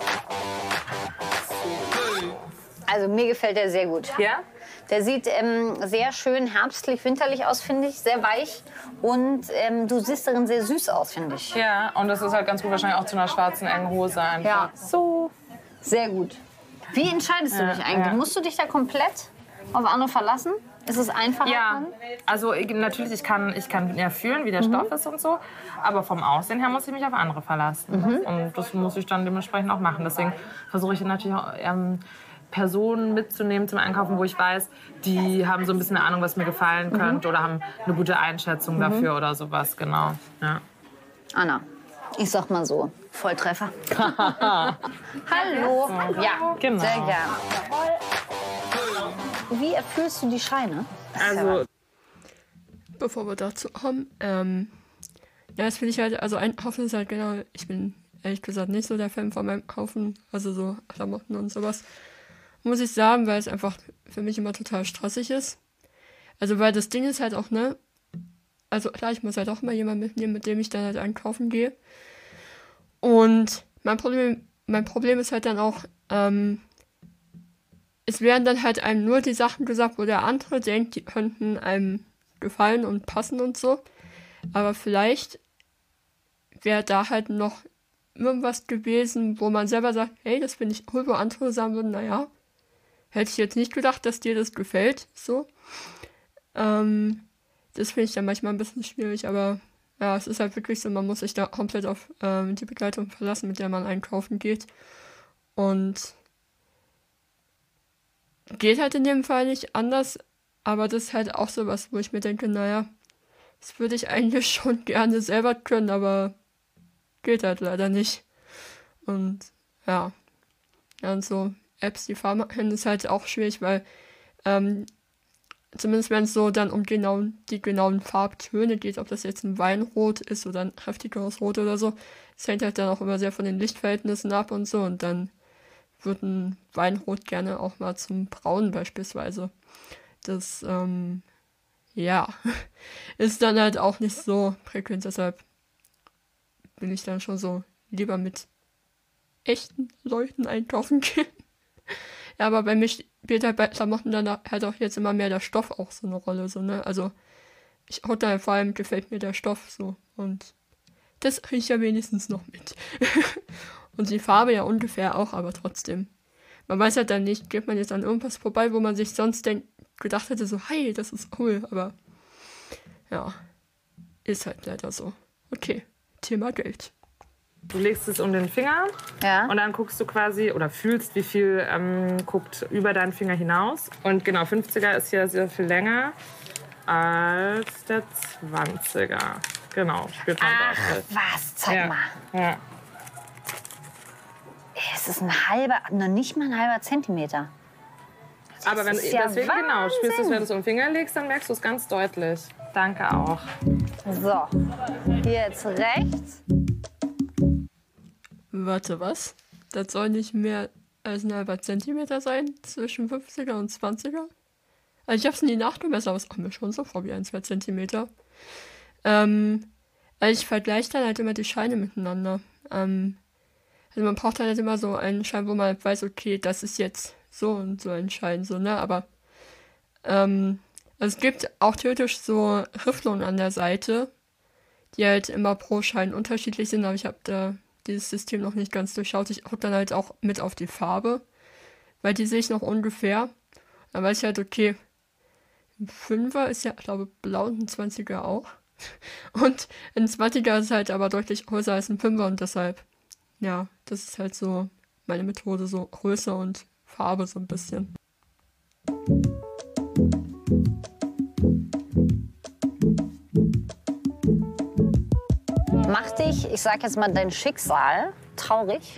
Speaker 2: Also mir gefällt der sehr gut.
Speaker 3: Ja?
Speaker 2: Der sieht ähm, sehr schön herbstlich, winterlich aus, finde ich. Sehr weich. Und ähm, du siehst darin sehr süß aus, finde ich.
Speaker 3: Ja, und das ist halt ganz gut wahrscheinlich auch zu einer schwarzen, engen Hose einfach.
Speaker 2: Ja, so. Sehr gut. Wie entscheidest du
Speaker 3: ja,
Speaker 2: dich eigentlich?
Speaker 3: Ja.
Speaker 2: Musst du dich da komplett auf Anno verlassen? Ist es einfacher?
Speaker 3: Ja,
Speaker 2: dann?
Speaker 3: also ich, natürlich, ich kann, ich kann ja fühlen, wie der
Speaker 2: Mhm.
Speaker 3: Stoff ist und so. Aber vom Aussehen her muss ich mich auf andere verlassen.
Speaker 2: Mhm.
Speaker 3: Und das muss ich dann dementsprechend auch machen. Deswegen versuche ich natürlich auch ähm, Personen mitzunehmen zum Einkaufen, wo ich weiß, die haben so ein bisschen eine Ahnung, was mir gefallen
Speaker 2: Mhm.
Speaker 3: könnte oder haben eine gute Einschätzung
Speaker 2: Mhm.
Speaker 3: dafür oder sowas, genau. Ja.
Speaker 2: Anna, ich sag mal so, Volltreffer. Hallo. Ja,
Speaker 3: Genau.
Speaker 2: sehr gerne. Wie erfüllst du die Scheine?
Speaker 3: Also,
Speaker 1: Bevor wir dazu kommen, ähm, ja, das finde ich halt, also einkaufen ist halt genau, ich bin ehrlich gesagt nicht so der Fan von meinem Kaufen, also so Klamotten und sowas, muss ich sagen, weil es einfach für mich immer total stressig ist. Also, weil das Ding ist halt auch, ne, also klar, ich muss halt auch immer jemanden mitnehmen, mit dem ich dann halt einkaufen gehe. Und mein Problem, mein Problem ist halt dann auch, ähm, es werden dann halt einem nur die Sachen gesagt, wo der andere denkt, die könnten einem gefallen und passen und so. Aber vielleicht wäre da halt noch irgendwas gewesen, wo man selber sagt, hey, das finde ich cool, wo andere sagen würden, naja, hätte ich jetzt nicht gedacht, dass dir das gefällt, so. Ähm, das finde ich dann manchmal ein bisschen schwierig, aber ja, es ist halt wirklich so, man muss sich da komplett auf ähm, die Begleitung verlassen, mit der man einkaufen geht. Und geht halt in dem Fall nicht anders, aber das ist halt auch so was, wo ich mir denke, naja, das würde ich eigentlich schon gerne selber können, aber geht halt leider nicht. Und ja, ja und so Apps, die Farben kennen, ist halt auch schwierig, weil ähm, zumindest wenn es so dann um genau die genauen Farbtöne geht, ob das jetzt ein Weinrot ist oder ein kräftigeres Rot oder so, das hängt halt dann auch immer sehr von den Lichtverhältnissen ab und so und dann wird ein Weinrot gerne auch mal zum Braun beispielsweise. Das, ähm, ja, ist dann halt auch nicht so prickelnd, deshalb bin ich dann schon so lieber mit echten Leuten einkaufen gehen. Ja, aber bei mir spielt halt bei Klamotten dann halt auch jetzt immer mehr der Stoff auch so eine Rolle, so, ne, also ich halt vor allem gefällt mir der Stoff so und das kriege ich ja wenigstens noch mit. Und die Farbe ja ungefähr auch, aber trotzdem. Man weiß halt dann nicht, geht man jetzt an irgendwas vorbei, wo man sich sonst denk, gedacht hätte, so, hey, das ist cool, aber ja, ist halt leider so. Okay, Thema Geld.
Speaker 3: du legst es um den Finger
Speaker 2: Ja.
Speaker 3: und dann guckst du quasi oder fühlst, wie viel ähm, guckt über deinen Finger hinaus. Und genau, fünfziger ist hier sehr viel als der zwanziger. Genau, spürt man deutlich.
Speaker 2: Was? Zeig
Speaker 3: Ja.
Speaker 2: mal.
Speaker 3: Ja.
Speaker 2: Es ist ein halber, noch nicht mal ein halber Zentimeter.
Speaker 3: Aber wenn,
Speaker 2: ist ja
Speaker 3: deswegen genau, spürst du es, wenn du es um den Finger legst, dann merkst du es ganz deutlich. Danke auch.
Speaker 2: So, hier jetzt rechts.
Speaker 1: Warte, was? Das soll nicht mehr als ein halber Zentimeter sein, zwischen fünfziger und zwanziger? Also ich hab's nie nachgemessen, aber es kommt mir schon so vor wie ein, zwei Zentimeter. Ähm, also ich vergleiche dann halt immer die Scheine miteinander. Ähm, also man braucht dann halt immer so einen Schein, wo man halt weiß, okay, das ist jetzt so und so ein Schein, so, ne, aber ähm, also es gibt auch theoretisch so Rifflungen an der Seite, die halt immer pro Schein unterschiedlich sind, aber ich habe da dieses System noch nicht ganz durchschaut. Ich gucke dann halt auch mit auf die Farbe, weil die sehe ich noch ungefähr. Dann weiß ich halt, okay, ein Fünfer ist ja, glaube ich, blau und ein Zwanziger auch. Und ein Zwanziger ist halt aber deutlich größer als ein Fünfer und deshalb, ja, das ist halt so meine Methode, so Größe und Farbe so ein bisschen.
Speaker 2: Macht dich, ich sag jetzt mal, dein Schicksal traurig?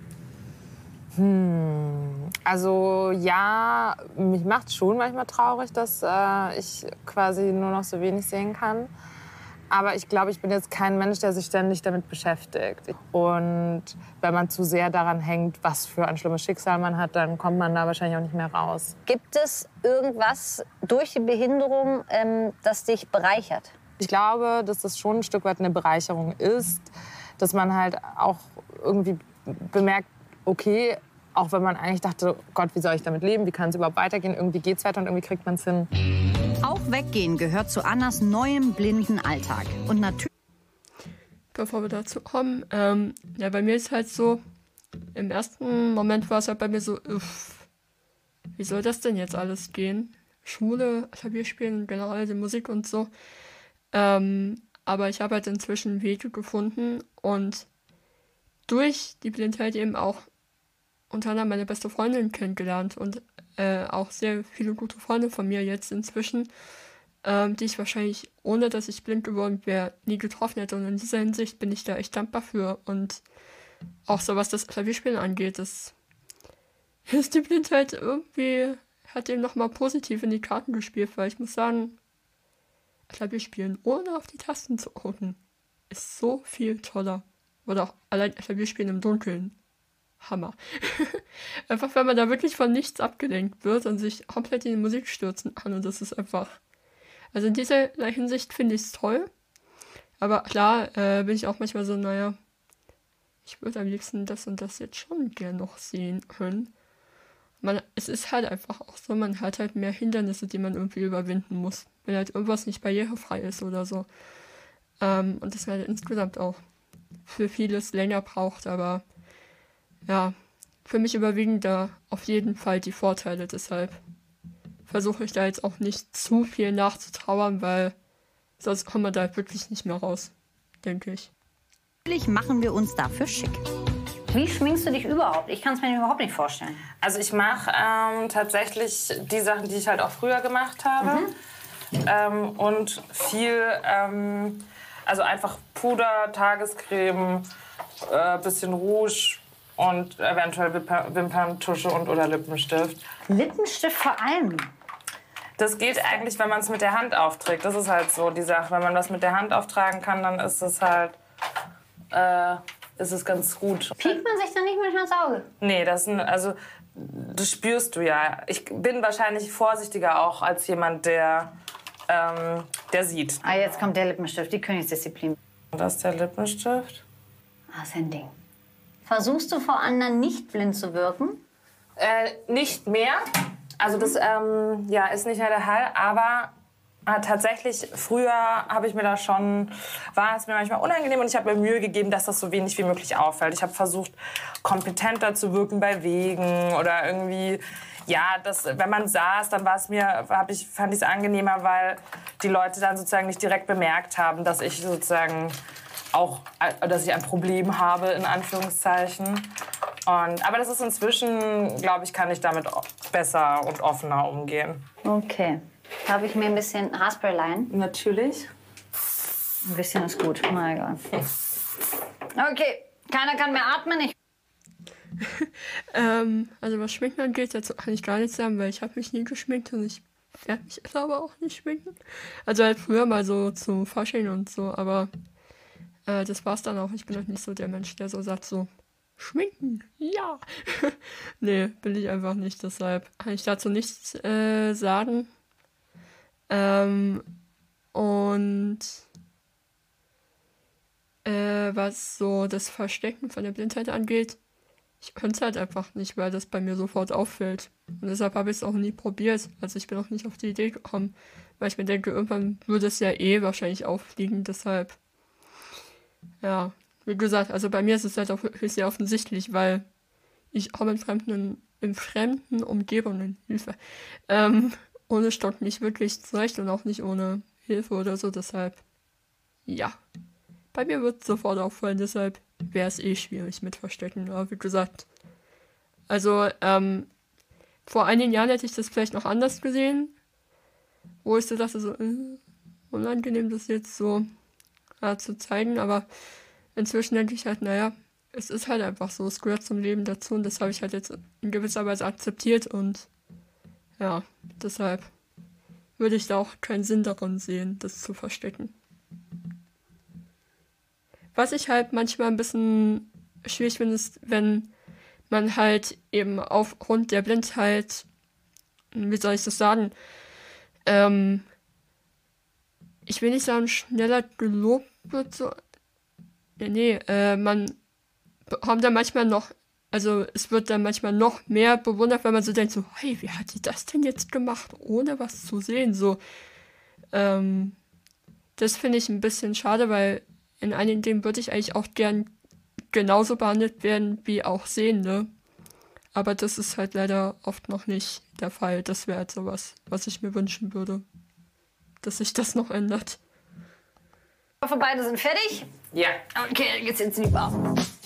Speaker 3: Also ja, mich macht es schon manchmal traurig, dass äh, ich quasi nur noch so wenig sehen kann. Aber ich glaube, ich bin jetzt kein Mensch, der sich ständig damit beschäftigt. Und wenn man zu sehr daran hängt, was für ein schlimmes Schicksal man hat, dann kommt man da wahrscheinlich auch nicht mehr raus.
Speaker 2: Gibt es irgendwas durch die Behinderung, ähm, das dich bereichert?
Speaker 3: Ich glaube, dass das schon ein Stück weit eine Bereicherung ist, dass man halt auch irgendwie bemerkt, okay, auch wenn man eigentlich dachte, Gott, wie soll ich damit leben, wie kann es überhaupt weitergehen, irgendwie geht's weiter und irgendwie kriegt man es hin.
Speaker 4: Auch weggehen gehört zu Annas neuem blinden Alltag. Und natürlich.
Speaker 1: Bevor wir dazu kommen, ähm, ja, bei mir ist halt so, im ersten Moment war es halt bei mir so, uff, wie soll das denn jetzt alles gehen? Schule, Klavier spielen, generell die Musik und so. Ähm, aber ich habe halt inzwischen Wege gefunden und durch die Blindheit eben auch unter anderem meine beste Freundin kennengelernt und äh, auch sehr viele gute Freunde von mir jetzt inzwischen, ähm, die ich wahrscheinlich, ohne dass ich blind geworden wäre, nie getroffen hätte. Und in dieser Hinsicht bin ich da echt dankbar für. Und auch so, was das Klavierspielen angeht, das ist die Blindheit irgendwie, hat dem nochmal positiv in die Karten gespielt, weil ich muss sagen, Klavierspielen ohne auf die Tasten zu gucken, ist so viel toller. Oder auch allein Klavierspielen im Dunkeln. Hammer. Einfach, weil man da wirklich von nichts abgelenkt wird und sich komplett in die Musik stürzen kann. Und das ist einfach... Also in dieser Hinsicht finde ich es toll. Aber klar äh, bin ich auch manchmal so, naja, ich würde am liebsten das und das jetzt schon gern noch sehen können. Man, es ist halt einfach auch so, man hat halt mehr Hindernisse, die man irgendwie überwinden muss. Wenn halt irgendwas nicht barrierefrei ist oder so. Ähm, und das halt insgesamt auch für vieles länger braucht, aber ja, für mich überwiegen da auf jeden Fall die Vorteile, deshalb versuche ich da jetzt auch nicht zu viel nachzutrauern, weil sonst kommt man da halt wirklich nicht mehr raus, denke ich.
Speaker 4: Natürlich machen wir uns dafür schick.
Speaker 2: Wie schminkst du dich überhaupt? Ich kann es mir überhaupt nicht vorstellen.
Speaker 3: Also ich mache ähm, tatsächlich die Sachen, die ich halt auch früher gemacht habe. Mhm. Ähm, und viel, ähm, also einfach Puder, Tagescreme, äh, bisschen Rouge und eventuell Wimper- Wimperntusche und oder Lippenstift.
Speaker 2: Lippenstift vor allem?
Speaker 3: Das geht eigentlich, wenn man es mit der Hand aufträgt. Das ist halt so die Sache. Wenn man das mit der Hand auftragen kann, dann ist es halt... Äh, ist es ganz gut.
Speaker 2: Piekt man sich dann nicht mehr ins Auge?
Speaker 3: Nee, das, sind, also, das spürst du ja. Ich bin wahrscheinlich vorsichtiger auch als jemand, der, ähm, der sieht.
Speaker 2: Ah, jetzt kommt der Lippenstift, die Königsdisziplin.
Speaker 3: Das ist der Lippenstift.
Speaker 2: Ah, ist ein Ding. Versuchst du vor anderen nicht blind zu wirken?
Speaker 3: Äh, nicht mehr. Also das ähm, ja, ist nicht mehr der Fall, aber äh, tatsächlich, früher habe ich mir da schon, war es mir manchmal unangenehm und ich habe mir Mühe gegeben, dass das so wenig wie möglich auffällt. Ich habe versucht, kompetenter zu wirken bei Wegen oder irgendwie, ja, das, wenn man saß, dann war es mir, hab ich, fand ich es angenehmer, weil die Leute dann sozusagen nicht direkt bemerkt haben, dass ich sozusagen auch, dass ich ein Problem habe, in Anführungszeichen. Und, aber das ist inzwischen, glaube ich, kann ich damit besser und offener umgehen.
Speaker 2: Okay. Habe ich mir ein bisschen Haarspray-Line?
Speaker 3: Natürlich.
Speaker 2: Ein bisschen ist gut. Na egal. Okay. Keiner kann mehr atmen. Ich
Speaker 1: ähm, also was Schminken angeht, dazu kann ich gar nichts sagen, weil ich habe mich nie geschminkt und ich werde mich jetzt aber auch nicht schminken. Also halt früher mal so zu Fasching und so, aber äh, das war's dann auch. Ich bin halt nicht so der Mensch, der so sagt so, schminken, ja. Nee, bin ich einfach nicht, deshalb kann ich dazu nichts äh, sagen. Ähm, und äh, was so das Verstecken von der Blindheit angeht, ich könnte es halt einfach nicht, weil das bei mir sofort auffällt. Und deshalb habe ich es auch nie probiert. Also ich bin auch nicht auf die Idee gekommen, weil ich mir denke, irgendwann würde es ja eh wahrscheinlich auffliegen, deshalb, ja, wie gesagt, also bei mir ist es halt auch wirklich sehr offensichtlich, weil ich auch in fremden, in fremden Umgebungen, Hilfe, ähm, ohne Stock nicht wirklich zurecht und auch nicht ohne Hilfe oder so, deshalb, ja, bei mir wird es sofort auffallen, deshalb wäre es eh schwierig mit Verstecken, aber wie gesagt, also, ähm, vor einigen Jahren hätte ich das vielleicht noch anders gesehen, wo ich so dachte, so, äh, unangenehm das jetzt so äh, zu zeigen, aber inzwischen denke ich halt, naja, es ist halt einfach so, es gehört zum Leben dazu und das habe ich halt jetzt in gewisser Weise akzeptiert und ja, deshalb würde ich da auch keinen Sinn darin sehen, das zu verstecken. Was ich halt manchmal ein bisschen schwierig finde, ist, wenn man halt eben aufgrund der Blindheit, wie soll ich das sagen, ähm, ich will nicht sagen, schneller gelobt wird, so, nee, äh, man bekommt dann manchmal noch, also es wird dann manchmal noch mehr bewundert, weil man so denkt, so, hey, wie hat die das denn jetzt gemacht, ohne was zu sehen, so, ähm, das finde ich ein bisschen schade, weil in einigen Dingen würde ich eigentlich auch gern genauso behandelt werden wie auch Sehende. Aber das ist halt leider oft noch nicht der Fall. Das wäre halt sowas, was ich mir wünschen würde, dass sich das noch ändert.
Speaker 2: Ich hoffe, beide sind fertig.
Speaker 3: Ja.
Speaker 2: Okay, dann geht's jetzt in die Bar.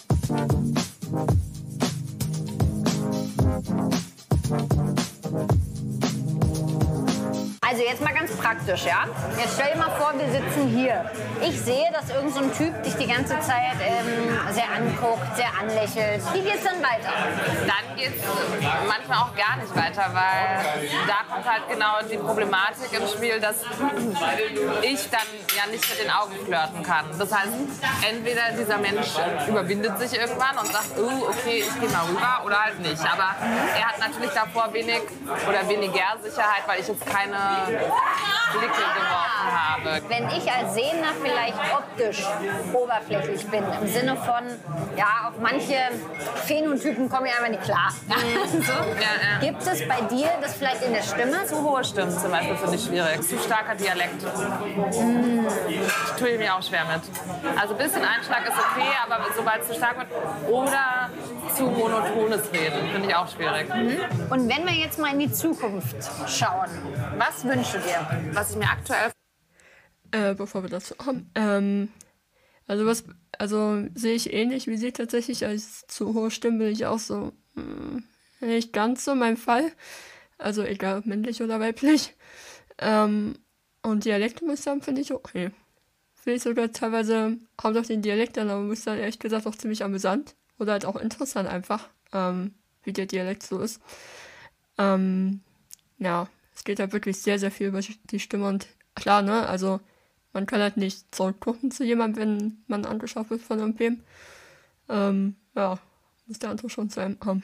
Speaker 2: Also jetzt mal ganz praktisch, ja? Jetzt stell dir mal vor, wir sitzen hier. Ich sehe, dass irgend so ein Typ dich die ganze Zeit ähm, sehr anguckt, sehr anlächelt. Wie geht's dann weiter?
Speaker 3: Dann geht es manchmal auch gar nicht weiter, weil da kommt halt genau die Problematik ins Spiel, dass ich dann ja nicht mit den Augen flirten kann. Das heißt, entweder dieser Mensch überwindet sich irgendwann und sagt, oh, okay, ich gehe mal rüber, oder halt nicht. Aber er hat natürlich davor wenig oder weniger Sicherheit, weil ich jetzt keine Blicke geworfen habe.
Speaker 2: Wenn ich als Sehender vielleicht optisch oberflächlich bin, im Sinne von, ja, auf manche Phänotypen komme ich einfach nicht klar. so.
Speaker 3: Ja, ja.
Speaker 2: Gibt es bei dir das vielleicht in der Stimme?
Speaker 3: Zu hohe Stimmen zum Beispiel finde ich schwierig. Zu starker Dialekt. Mm. Tue ich mir auch schwer mit. Also ein bisschen Einschlag ist okay, aber sobald es zu stark wird oder zu monotones Reden, finde ich auch schwierig.
Speaker 2: Mhm. Und wenn wir jetzt mal in die Zukunft schauen, was wünschst du dir?
Speaker 3: Was ich mir aktuell...
Speaker 1: Äh, bevor wir dazu kommen, ähm, also was, also sehe ich ähnlich wie sie tatsächlich, als zu hohe Stimmen bin ich auch so, mh, nicht ganz so mein Fall. Also egal, ob männlich oder weiblich. Ähm, und Dialekte, muss ich sagen, finde ich okay. Finde ich sogar teilweise, kommt auf den Dialekt an, aber muss ich sagen, ehrlich gesagt auch ziemlich amüsant. Oder halt auch interessant einfach, ähm, wie der Dialekt so ist. Ähm, ja, es geht halt wirklich sehr, sehr viel über die Stimme und klar, ne, also man kann halt nicht zurückgucken zu jemandem, wenn man angeschaut wird von irgendwem. Ähm, ja, muss der andere schon zu einem haben.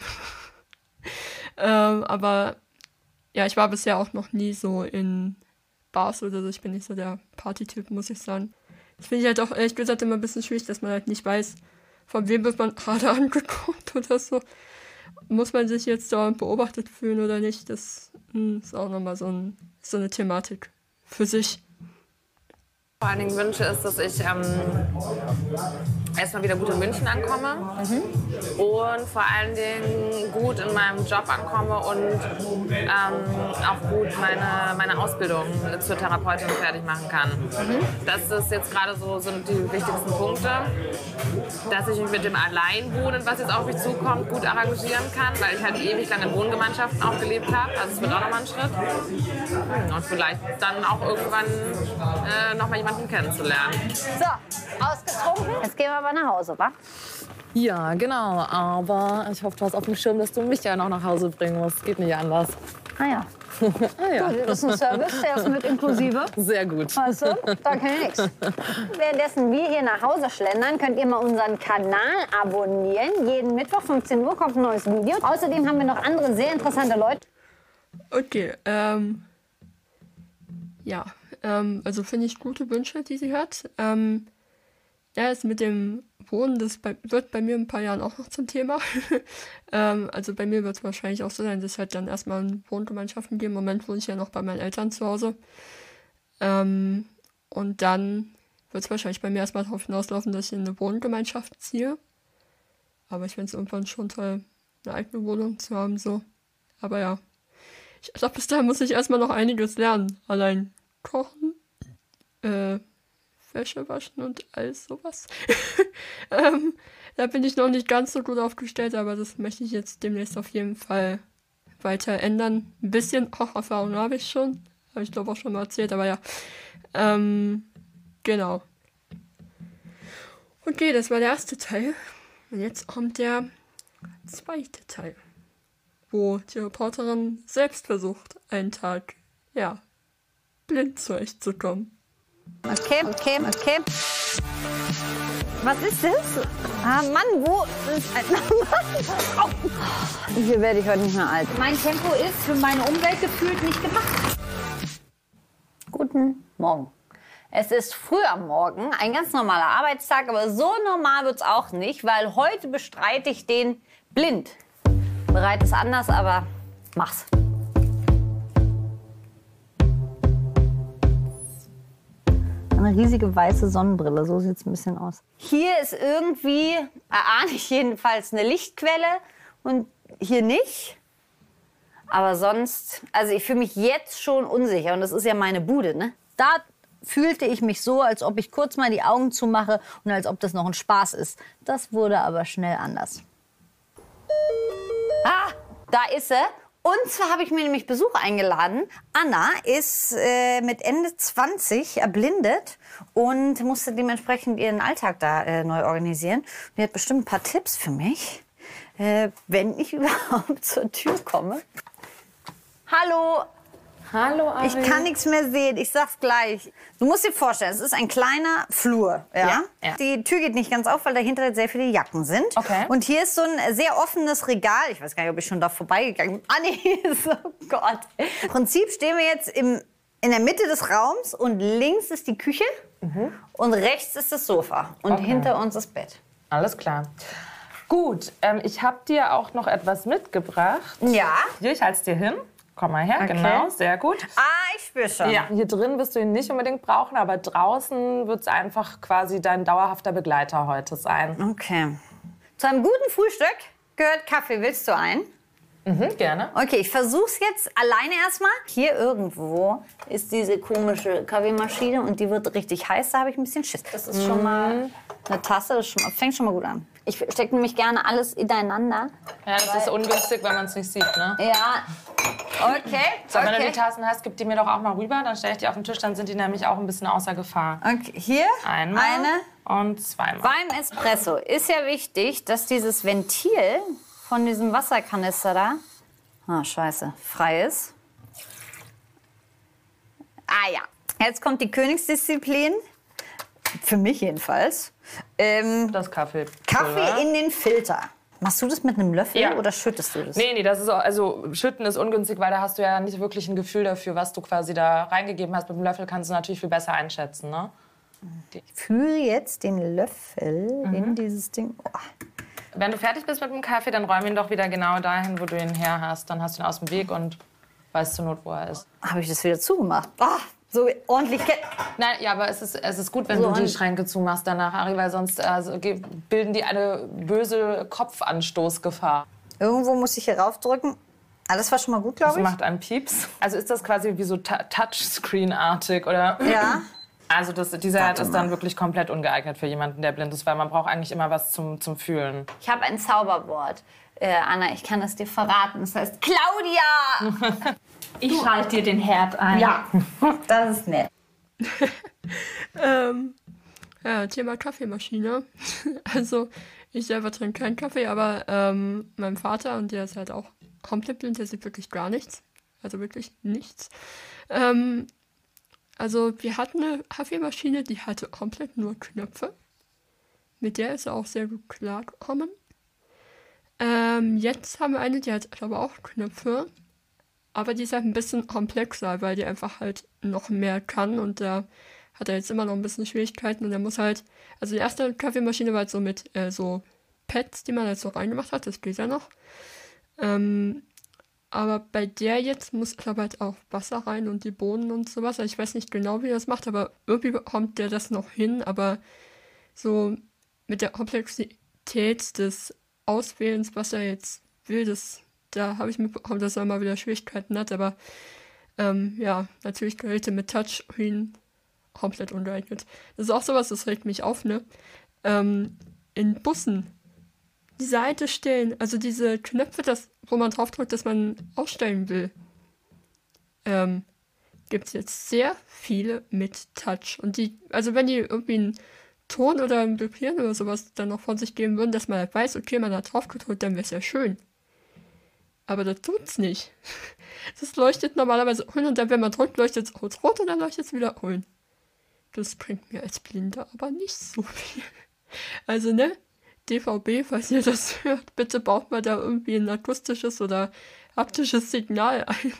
Speaker 1: ähm, aber ja, ich war bisher auch noch nie so in Bars oder so. Ich bin nicht so der Party-Typ, muss ich sagen. Das finde ich halt auch ehrlich gesagt immer ein bisschen schwierig, dass man halt nicht weiß, von wem wird man gerade angeguckt oder so. Muss man sich jetzt da beobachtet fühlen oder nicht? Das mh, ist auch nochmal so, ein, so eine Thematik für sich.
Speaker 3: Vor allen Dingen wünsche ist, dass ich ähm, erstmal wieder gut in München ankomme mhm. und vor allen Dingen gut in meinem Job ankomme und ähm, auch gut meine, meine Ausbildung zur Therapeutin fertig machen kann. Mhm. Das ist jetzt gerade so sind die wichtigsten Punkte, dass ich mich mit dem Alleinwohnen, was jetzt auf mich zukommt, gut arrangieren kann, weil ich halt ewig lange in Wohngemeinschaften auch gelebt habe. Also es wird auch nochmal ein Schritt. Und vielleicht dann auch irgendwann äh, nochmal jemanden kennenzulernen.
Speaker 2: So, ausgetrunken. Jetzt gehen wir aber nach Hause, wa?
Speaker 3: Ja, genau. Aber ich hoffe, du hast auf dem Schirm, dass du mich ja noch nach Hause bringen musst. Geht nicht anders.
Speaker 2: Ah ja.
Speaker 3: ah, ja.
Speaker 2: Gut, das ist ein Service, der ist mit inklusive.
Speaker 3: Sehr gut.
Speaker 2: Weißt du, da kann ich nichts. Währenddessen wir hier nach Hause schlendern, könnt ihr mal unseren Kanal abonnieren. Jeden Mittwoch fünfzehn Uhr kommt ein neues Video. Außerdem haben wir noch andere sehr interessante Leute.
Speaker 1: Okay, ähm... ja. Ähm, also finde ich gute Wünsche, die sie hat. Ähm, ja, ist mit dem Wohnen, das bei, wird bei mir in ein paar Jahren auch noch zum Thema. ähm, also bei mir wird es wahrscheinlich auch so sein, dass es halt dann erstmal in Wohngemeinschaften gehen. Im Moment wohne ich ja noch bei meinen Eltern zu Hause. Ähm, und dann wird es wahrscheinlich bei mir erstmal darauf hinauslaufen, dass ich in eine Wohngemeinschaft ziehe. Aber ich finde es irgendwann schon toll, eine eigene Wohnung zu haben. So. Aber ja, ich glaube, bis dahin muss ich erstmal noch einiges lernen. Allein kochen, äh, Wäsche waschen und alles sowas. ähm, da bin ich noch nicht ganz so gut aufgestellt, aber das möchte ich jetzt demnächst auf jeden Fall weiter ändern. Ein bisschen Kocherfahrung habe ich schon, habe ich glaube auch schon mal erzählt, aber ja. Ähm, genau. Okay, das war der erste Teil. Und jetzt kommt der zweite Teil, wo die Reporterin selbst versucht, einen Tag, ja, blind zurechtzukommen.
Speaker 2: Okay, okay, okay. Was ist das? Ah, Mann, wo ist ein Mann? Oh. Hier werde ich heute nicht mehr alt. Mein Tempo ist für meine Umwelt gefühlt nicht gemacht. Guten Morgen. Es ist früh am Morgen, ein ganz normaler Arbeitstag, aber so normal wird es auch nicht, weil heute bestreite ich den blind. Bereit ist anders, aber mach's. Eine riesige weiße Sonnenbrille, so sieht es ein bisschen aus. Hier ist irgendwie, erahne ich jedenfalls, eine Lichtquelle und hier nicht. Aber sonst, also ich fühle mich jetzt schon unsicher. Und das ist ja meine Bude, ne? Da fühlte ich mich so, als ob ich kurz mal die Augen zumache und als ob das noch ein Spaß ist. Das wurde aber schnell anders. Ah, da ist sie. Und zwar habe ich mir nämlich Besuch eingeladen. Anna ist äh, mit Ende zwanzig erblindet und musste dementsprechend ihren Alltag da äh, neu organisieren. Die hat bestimmt ein paar Tipps für mich, äh, wenn ich überhaupt zur Tür komme. Hallo.
Speaker 3: Hallo, Ari.
Speaker 2: Ich kann nichts mehr sehen, ich sag's gleich. Du musst dir vorstellen, es ist ein kleiner Flur. Ja?
Speaker 3: Ja, ja.
Speaker 2: Die Tür geht nicht ganz auf, weil dahinter sehr viele Jacken sind.
Speaker 3: Okay.
Speaker 2: Und hier ist so ein sehr offenes Regal. Ich weiß gar nicht, ob ich schon da vorbeigegangen bin. Ah, nee, oh Gott. Im Prinzip stehen wir jetzt im, in der Mitte des Raums und links ist die Küche mhm. und rechts ist das Sofa. Und
Speaker 3: Okay.
Speaker 2: hinter uns das Bett.
Speaker 3: Alles klar. Gut, ähm, ich habe dir auch noch etwas mitgebracht.
Speaker 2: Ja.
Speaker 3: Hier, ich halte es dir hin. Komm mal her,
Speaker 2: Okay.
Speaker 3: genau, sehr gut.
Speaker 2: Ah, ich spüre schon.
Speaker 3: Ja, hier drin wirst du ihn nicht unbedingt brauchen, aber draußen wird es einfach quasi dein dauerhafter Begleiter heute sein.
Speaker 2: Okay. Zu einem guten Frühstück gehört Kaffee. Willst du einen?
Speaker 3: Mhm, gerne.
Speaker 2: Okay, ich versuch's jetzt alleine erstmal. Hier irgendwo ist diese komische Kaffeemaschine und die wird richtig heiß. Da habe ich ein bisschen Schiss. Das ist schon mal eine Tasse. Das ist schon mal, fängt schon mal gut an. Ich stecke nämlich gerne alles ineinander.
Speaker 3: Ja, das ist ungünstig, wenn man es nicht sieht, ne?
Speaker 2: Ja. Okay.
Speaker 3: So, wenn du
Speaker 2: okay.
Speaker 3: die Tassen hast, gib die mir doch auch mal rüber. Dann stelle ich die auf den Tisch, dann sind die nämlich auch ein bisschen außer Gefahr.
Speaker 2: Okay. Hier
Speaker 3: Einmal
Speaker 2: eine.
Speaker 3: und zweimal.
Speaker 2: Beim Espresso ist ja wichtig, dass dieses Ventil von diesem Wasserkanister da, ah, scheiße, frei ist. Ah ja, jetzt kommt die Königsdisziplin, für mich jedenfalls. Ähm,
Speaker 3: Das Kaffee.
Speaker 2: Kaffee in den Filter. Machst du das mit einem Löffel
Speaker 3: Ja.
Speaker 2: oder schüttest du das?
Speaker 3: Nee, nee, das ist auch, also schütten ist ungünstig, weil da hast du ja nicht wirklich ein Gefühl dafür, was du quasi da reingegeben hast. Mit dem Löffel kannst du natürlich viel besser einschätzen, ne?
Speaker 2: Ich führe jetzt den Löffel
Speaker 3: Mhm.
Speaker 2: in dieses Ding. Oh.
Speaker 3: Wenn du fertig bist mit dem Kaffee, dann räum ihn doch wieder genau dahin, wo du ihn her hast. Dann hast du ihn aus dem Weg und weißt zur Not, wo er ist.
Speaker 2: Habe ich das wieder zugemacht? Ah, so ordentlich. Ke-
Speaker 3: Nein, ja, aber es ist, es ist gut, wenn
Speaker 2: So
Speaker 3: du die
Speaker 2: an-
Speaker 3: Schränke zumachst danach, Ari, weil sonst also, ge- bilden die eine böse Kopfanstoßgefahr.
Speaker 2: Irgendwo muss ich hier raufdrücken. Ah, das war schon mal gut,
Speaker 3: Das
Speaker 2: glaube ich.
Speaker 3: macht einen Pieps. Also ist das quasi wie so Ta- Touchscreen-artig, oder?
Speaker 2: Ja.
Speaker 3: Also das, dieser
Speaker 2: Warte
Speaker 3: ist
Speaker 2: mal.
Speaker 3: dann wirklich komplett ungeeignet für jemanden, der blind ist, weil man braucht eigentlich immer was zum, zum Fühlen.
Speaker 2: Ich habe ein Zauberwort. Äh, Anna, ich kann es dir verraten. Es heißt Claudia.
Speaker 4: Ich schalte dir den Herd ein.
Speaker 2: Ja, das ist nett.
Speaker 1: Ähm, ja, Thema Kaffeemaschine. Also, ich selber trinke keinen Kaffee, aber ähm, mein Vater, und der ist halt auch komplett blind, der sieht wirklich gar nichts. Also wirklich nichts. Ähm, also, wir hatten eine Kaffeemaschine, die hatte komplett nur Knöpfe. Mit der ist er auch sehr gut klargekommen. Ähm, jetzt haben wir eine, die hat aber auch Knöpfe. Aber die ist halt ein bisschen komplexer, weil die einfach halt noch mehr kann und da hat er jetzt immer noch ein bisschen Schwierigkeiten und er muss halt, also die erste Kaffeemaschine war halt so mit äh, so Pads, die man halt so reingemacht hat, das geht ja noch. Ähm, aber bei der jetzt muss, glaube ich, halt auch Wasser rein und die Bohnen und sowas. Also ich weiß nicht genau, wie er das macht, aber irgendwie bekommt der das noch hin, aber so mit der Komplexität des Auswählens, was er jetzt will, das da habe ich mitbekommen, dass er mal wieder Schwierigkeiten hat, aber ähm, ja, natürlich Geräte mit Touchscreen komplett ungeeignet. Das ist auch sowas, das regt mich auf, ne? Ähm, in Bussen die Seite stellen, also diese Knöpfe, das, wo man draufdrückt, dass man ausstellen will, ähm, gibt es jetzt sehr viele mit Touch. Und die, also wenn die irgendwie einen Ton oder ein Vibrieren oder sowas dann noch von sich geben würden, dass man halt weiß, okay, man hat drauf gedrückt, dann wäre es ja schön. Aber das tut's nicht. Das leuchtet normalerweise grün und dann, wenn man drückt, leuchtet es kurz rot und dann leuchtet es wieder grün. Das bringt mir als Blinder aber nicht so viel. Also, ne? D V B, falls ihr das hört, bitte baut mal da irgendwie ein akustisches oder haptisches Signal ein.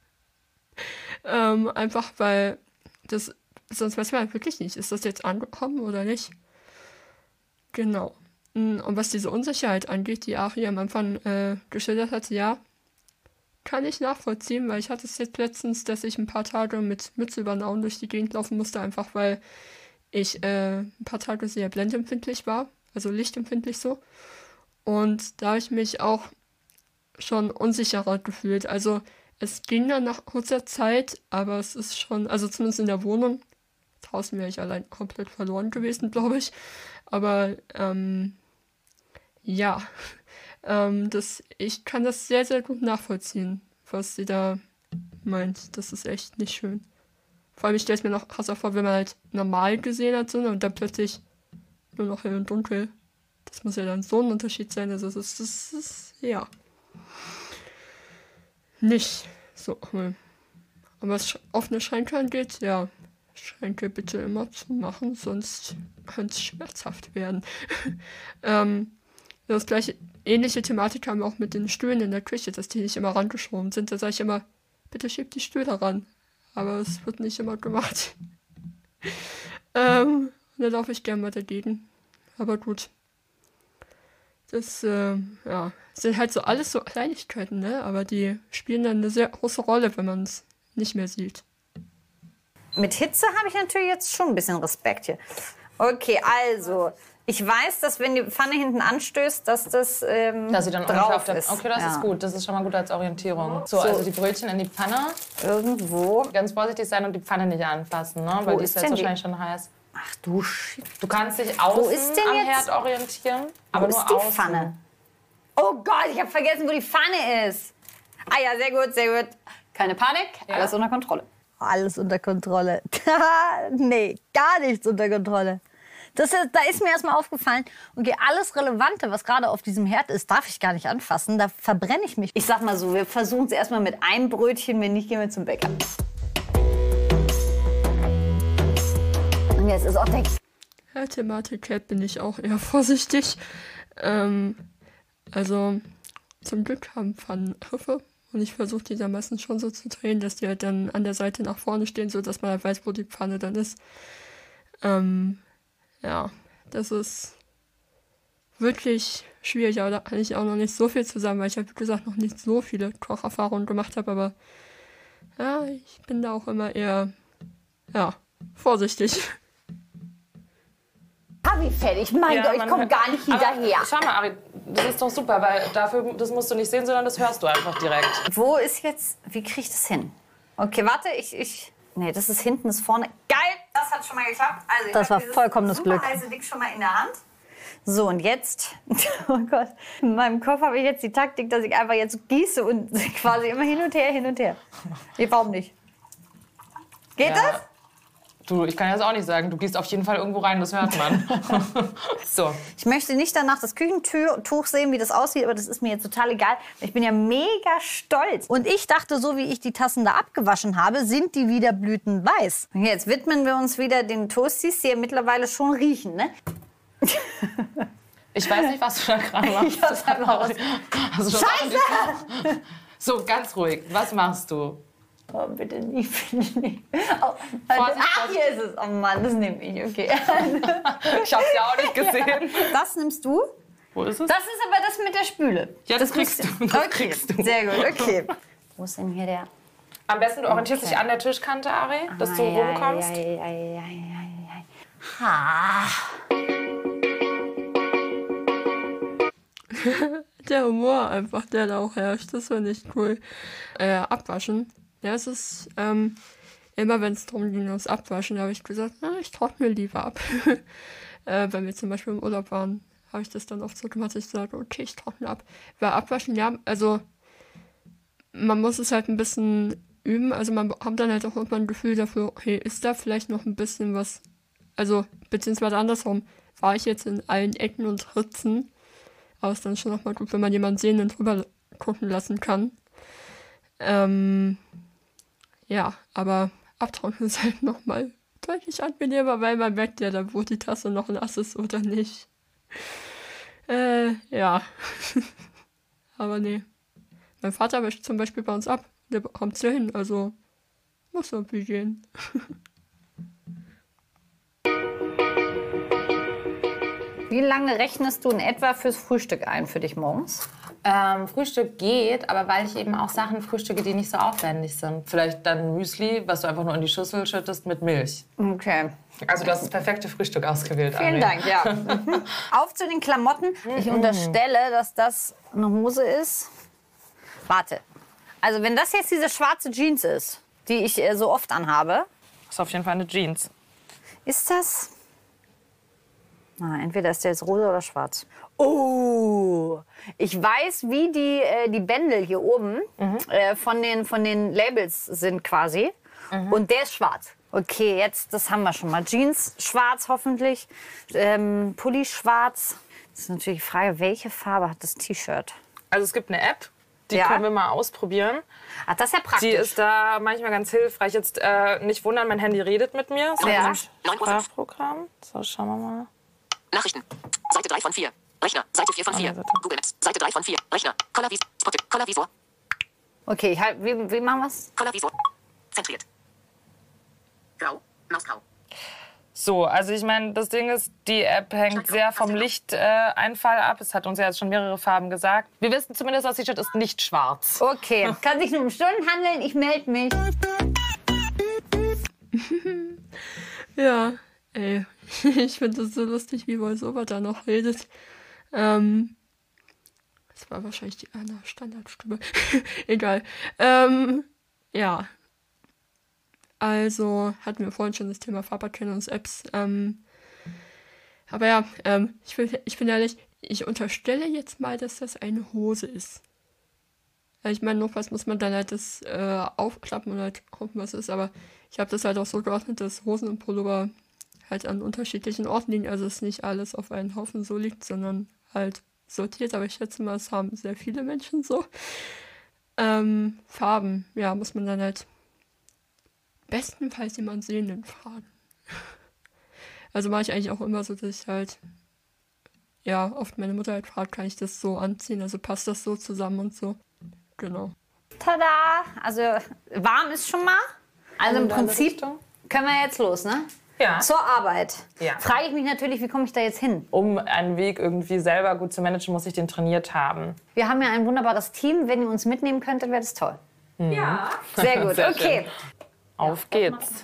Speaker 1: ähm, einfach weil das, sonst weiß man halt wirklich nicht, ist das jetzt angekommen oder nicht. Genau. Und was diese Unsicherheit angeht, die Ari am Anfang äh, geschildert hat, ja, kann ich nachvollziehen, weil ich hatte es jetzt letztens, dass ich ein paar Tage mit Mütze über den Augen durch die Gegend laufen musste, einfach weil ich äh, ein paar Tage sehr blendempfindlich war, also lichtempfindlich so. Und da habe ich mich auch schon unsicherer gefühlt. Also es ging dann nach kurzer Zeit, aber es ist schon, also zumindest in der Wohnung, draußen wäre ich allein komplett verloren gewesen, glaube ich. Aber ähm, ja, ähm, das, ich kann das sehr, sehr gut nachvollziehen, was sie da meint. Das ist echt nicht schön. Vor allem, ich stelle es mir noch krasser vor, wenn man halt normal gesehen hat so, und dann plötzlich nur noch hell und dunkel. Das muss ja dann so ein Unterschied sein. Also das ist, das ist ja, nicht so cool. Aber was offene Schränke angeht, ja, Schränke bitte immer zu machen, sonst kann es schmerzhaft werden. ähm, das gleiche, ähnliche Thematik haben wir auch mit den Stühlen in der Küche, dass die nicht immer rangeschoben sind. Da sage ich immer, bitte schiebt die Stühle ran. Aber es wird nicht immer gemacht. ähm, da laufe ich gerne mal dagegen. Aber gut. Das, äh, ja, sind halt so alles so Kleinigkeiten, ne? Aber die spielen dann eine sehr große Rolle, wenn man es nicht mehr sieht.
Speaker 4: Mit Hitze habe ich natürlich jetzt schon ein bisschen Respekt hier. Okay, also, ich weiß, dass wenn die Pfanne hinten anstößt, dass das ähm,
Speaker 3: dass sie dann
Speaker 4: drauf
Speaker 3: auf der,
Speaker 4: ist.
Speaker 3: Okay, das
Speaker 4: ja.
Speaker 3: ist gut. Das ist schon mal gut als Orientierung. So,
Speaker 4: So.
Speaker 3: also die Brötchen in die Pfanne.
Speaker 4: Irgendwo.
Speaker 3: Ganz vorsichtig sein und die Pfanne nicht anfassen, ne? Weil die ist
Speaker 4: ist
Speaker 3: jetzt
Speaker 4: denn die?
Speaker 3: wahrscheinlich schon heiß.
Speaker 4: Ach du Shit.
Speaker 3: Du kannst dich außen
Speaker 4: ist denn
Speaker 3: am
Speaker 4: jetzt-
Speaker 3: Herd orientieren, aber
Speaker 4: Wo
Speaker 3: nur
Speaker 4: ist die
Speaker 3: außen.
Speaker 4: Pfanne? Oh Gott, ich habe vergessen, wo die Pfanne ist. Ah ja, sehr gut, sehr gut.
Speaker 2: Keine Panik, alles unter Kontrolle.
Speaker 4: Alles unter Kontrolle. Nee, gar nichts unter Kontrolle. Das ist, da ist mir erstmal aufgefallen, okay, alles Relevante, was gerade auf diesem Herd ist, darf ich gar nicht anfassen. Da verbrenne ich mich.
Speaker 2: Ich sag mal so, wir versuchen es erstmal mit einem Brötchen, wenn nicht, gehen wir zum Bäcker. Und jetzt ist auch der
Speaker 1: Ja, Thematik halt bin ich auch eher vorsichtig. Ähm, also zum Glück haben Pfannen Griffe und ich versuche die dann meistens schon so zu drehen, dass die halt dann an der Seite nach vorne stehen, so dass man halt weiß, wo die Pfanne dann ist. Ähm, ja, das ist wirklich schwierig, aber da kann ich auch noch nicht so viel zusammen, weil ich halt, wie gesagt, noch nicht so viele Kocherfahrungen gemacht habe, aber ja, ich bin da auch immer eher, ja, vorsichtig.
Speaker 2: Pavi fertig. Mein
Speaker 3: Ja,
Speaker 2: Gott, ich
Speaker 3: man
Speaker 2: komme
Speaker 3: hört-
Speaker 2: gar nicht hinterher.
Speaker 3: Aber schau mal, Ari, das ist doch super, weil dafür, das musst du nicht sehen, sondern das hörst du einfach direkt.
Speaker 4: Wo ist jetzt, wie kriege ich das hin? Okay, warte, ich, ich, nee, das ist hinten, das ist vorne. Geil, das hat schon mal geklappt. Also, ich
Speaker 2: Das
Speaker 4: hab
Speaker 2: war
Speaker 4: dieses
Speaker 2: vollkommenes
Speaker 4: super
Speaker 2: Glück.
Speaker 4: heiße Ding schon mal in der Hand. So, und jetzt, oh Gott, in meinem Kopf habe ich jetzt die Taktik, dass ich einfach jetzt gieße und quasi immer hin und her, hin und her. Nee, warum nicht? Geht
Speaker 3: Ja.
Speaker 4: das?
Speaker 3: Du, ich kann jetzt auch nicht sagen, du gehst auf jeden Fall irgendwo rein, das hört man. So.
Speaker 4: Ich möchte nicht danach das Küchentuch sehen, wie das aussieht, aber das ist mir jetzt total egal. Ich bin ja mega stolz. Und ich dachte, so wie ich die Tassen da abgewaschen habe, sind die wieder blütenweiß. Und jetzt widmen wir uns wieder den Toasties, die ja mittlerweile schon riechen, ne?
Speaker 3: Ich weiß nicht, was du da gerade machst.
Speaker 4: Ich hab's einfach aus.
Speaker 3: Hast du Scheiße! So, ganz ruhig. Was machst du?
Speaker 4: Oh, bitte nicht, bitte nicht. Oh,
Speaker 3: Vorsicht,
Speaker 4: ah, hier ist es. Oh Mann, das nehme ich, okay.
Speaker 3: Ich hab's ja auch nicht gesehen.
Speaker 4: Das nimmst du?
Speaker 3: Wo ist es?
Speaker 4: Das ist aber das mit der Spüle.
Speaker 3: Ja, das kriegst
Speaker 4: musst-
Speaker 3: du, das
Speaker 4: okay.
Speaker 3: kriegst du.
Speaker 4: Sehr gut, okay. Wo ist denn hier der?
Speaker 3: Am besten, du orientierst
Speaker 4: Okay.
Speaker 3: dich an der Tischkante, Ari, dass du
Speaker 4: Ei, ei,
Speaker 3: rumkommst.
Speaker 4: ei, ei, ei, ei, ei. Ha.
Speaker 1: Der Humor einfach, der da auch herrscht, das finde ich cool. Äh, abwaschen. Ja, es ist, ähm, immer wenn es darum ging, das Abwaschen, habe ich gesagt, na, ich trockne lieber ab. äh, wenn wir zum Beispiel im Urlaub waren, habe ich das dann oft so gemacht, dass ich gesagt, okay, ich trockne ab. Weil Abwaschen, ja, also man muss es halt ein bisschen üben, also man bekommt dann halt auch immer ein Gefühl dafür, okay, ist da vielleicht noch ein bisschen was, also beziehungsweise andersrum, war ich jetzt in allen Ecken und Ritzen, aber es ist dann schon nochmal gut, wenn man jemanden sehen und drüber gucken lassen kann. Ähm, ja, aber abtrocknen ist halt nochmal deutlich angenehmer, weil man merkt ja dann, wo die Tasse noch nass ist oder nicht. Äh, ja. Aber nee. Mein Vater wäscht zum Beispiel bei uns ab. Der bekommt es ja hin, also muss irgendwie gehen.
Speaker 4: Wie lange rechnest du in etwa fürs Frühstück ein für dich morgens?
Speaker 3: Ähm, Frühstück geht, aber weil ich eben auch Sachen frühstücke, die nicht so aufwendig sind. Vielleicht dann Müsli, was du einfach nur in die Schüssel schüttest mit Milch.
Speaker 4: Okay.
Speaker 3: Also du hast das perfekte Frühstück ausgewählt,
Speaker 4: Vielen
Speaker 3: Ari.
Speaker 4: Dank, ja. Mhm. Auf zu den Klamotten. Ich unterstelle, dass das eine Hose ist. Warte. Also wenn das jetzt diese schwarze Jeans ist, die ich äh, so oft anhabe.
Speaker 3: Das ist auf jeden Fall eine Jeans.
Speaker 4: Ist das? Na, entweder ist der jetzt rosa oder schwarz. Oh, ich weiß, wie die, äh, die Bändel hier oben mhm. äh, von, den, von den Labels sind quasi. Mhm. Und der ist schwarz. Okay, jetzt, das haben wir schon mal. Jeans schwarz hoffentlich, ähm, Pulli schwarz. Das ist natürlich die Frage, welche Farbe hat das T-Shirt?
Speaker 3: Also es gibt eine App, die
Speaker 4: Ja.
Speaker 3: können wir mal ausprobieren.
Speaker 4: Ach, das ist ja praktisch.
Speaker 3: Die ist da manchmal ganz hilfreich. Jetzt äh, nicht wundern, mein Handy redet mit mir. Das
Speaker 4: Ja.
Speaker 3: ist ein Sprachprogramm. So, schauen wir mal.
Speaker 6: Nachrichten. Seite drei von vier. Rechner. Seite vier von vier.
Speaker 3: Seite.
Speaker 6: Google Maps. Seite drei von vier. Rechner. Colorvis Spotify. Colorvisor.
Speaker 4: Okay, ich halt, wie, wie machen wir's?
Speaker 6: Colorvisor. Zentriert. Grau. Mausgrau.
Speaker 3: So, also ich meine, das Ding ist, die App hängt sehr vom Lichteinfall ab. Es hat uns ja jetzt schon mehrere Farben gesagt. Wir wissen zumindest, das T-Shirt ist nicht schwarz.
Speaker 4: Okay, kann sich nur um Stunden handeln. Ich melde mich.
Speaker 1: Ja, ey. Ich finde das so lustig, wie Voiceover da noch redet. Ähm, das war wahrscheinlich die Anna Standardstimme. Egal. Ähm, ja. Also hatten wir vorhin schon das Thema Farberkennungs-Apps. Ähm, aber ja, ähm, ich, will, ich bin ehrlich, ich unterstelle jetzt mal, dass das eine Hose ist. Ja, ich meine, notfalls muss man dann halt das äh, aufklappen und halt gucken, was es ist. Aber ich habe das halt auch so geordnet, dass Hosen und Pullover halt an unterschiedlichen Orten liegen. Also es nicht alles auf einen Haufen so liegt, sondern halt sortiert. Aber ich schätze mal, es haben sehr viele Menschen so. Ähm, Farben, ja, muss man dann halt bestenfalls jemand Sehenden fragen. Also mache ich eigentlich auch immer so, dass ich halt, ja, oft meine Mutter halt fragt, kann ich das so anziehen? Also passt das so zusammen und so. Genau.
Speaker 4: Tada! Also warm ist schon mal. Also im
Speaker 3: In deine
Speaker 4: Prinzip
Speaker 3: Richtung?
Speaker 4: können wir jetzt los, ne?
Speaker 3: Ja.
Speaker 4: Zur Arbeit.
Speaker 3: Ja.
Speaker 4: Frage ich mich natürlich, wie komme ich da jetzt hin?
Speaker 3: Um einen Weg irgendwie selber gut zu managen, muss ich den trainiert haben.
Speaker 4: Wir haben ja ein wunderbares Team. Wenn ihr uns mitnehmen könntet, wäre das toll.
Speaker 5: Ja.
Speaker 4: Sehr gut,
Speaker 3: Sehr
Speaker 4: okay.
Speaker 3: Auf geht's.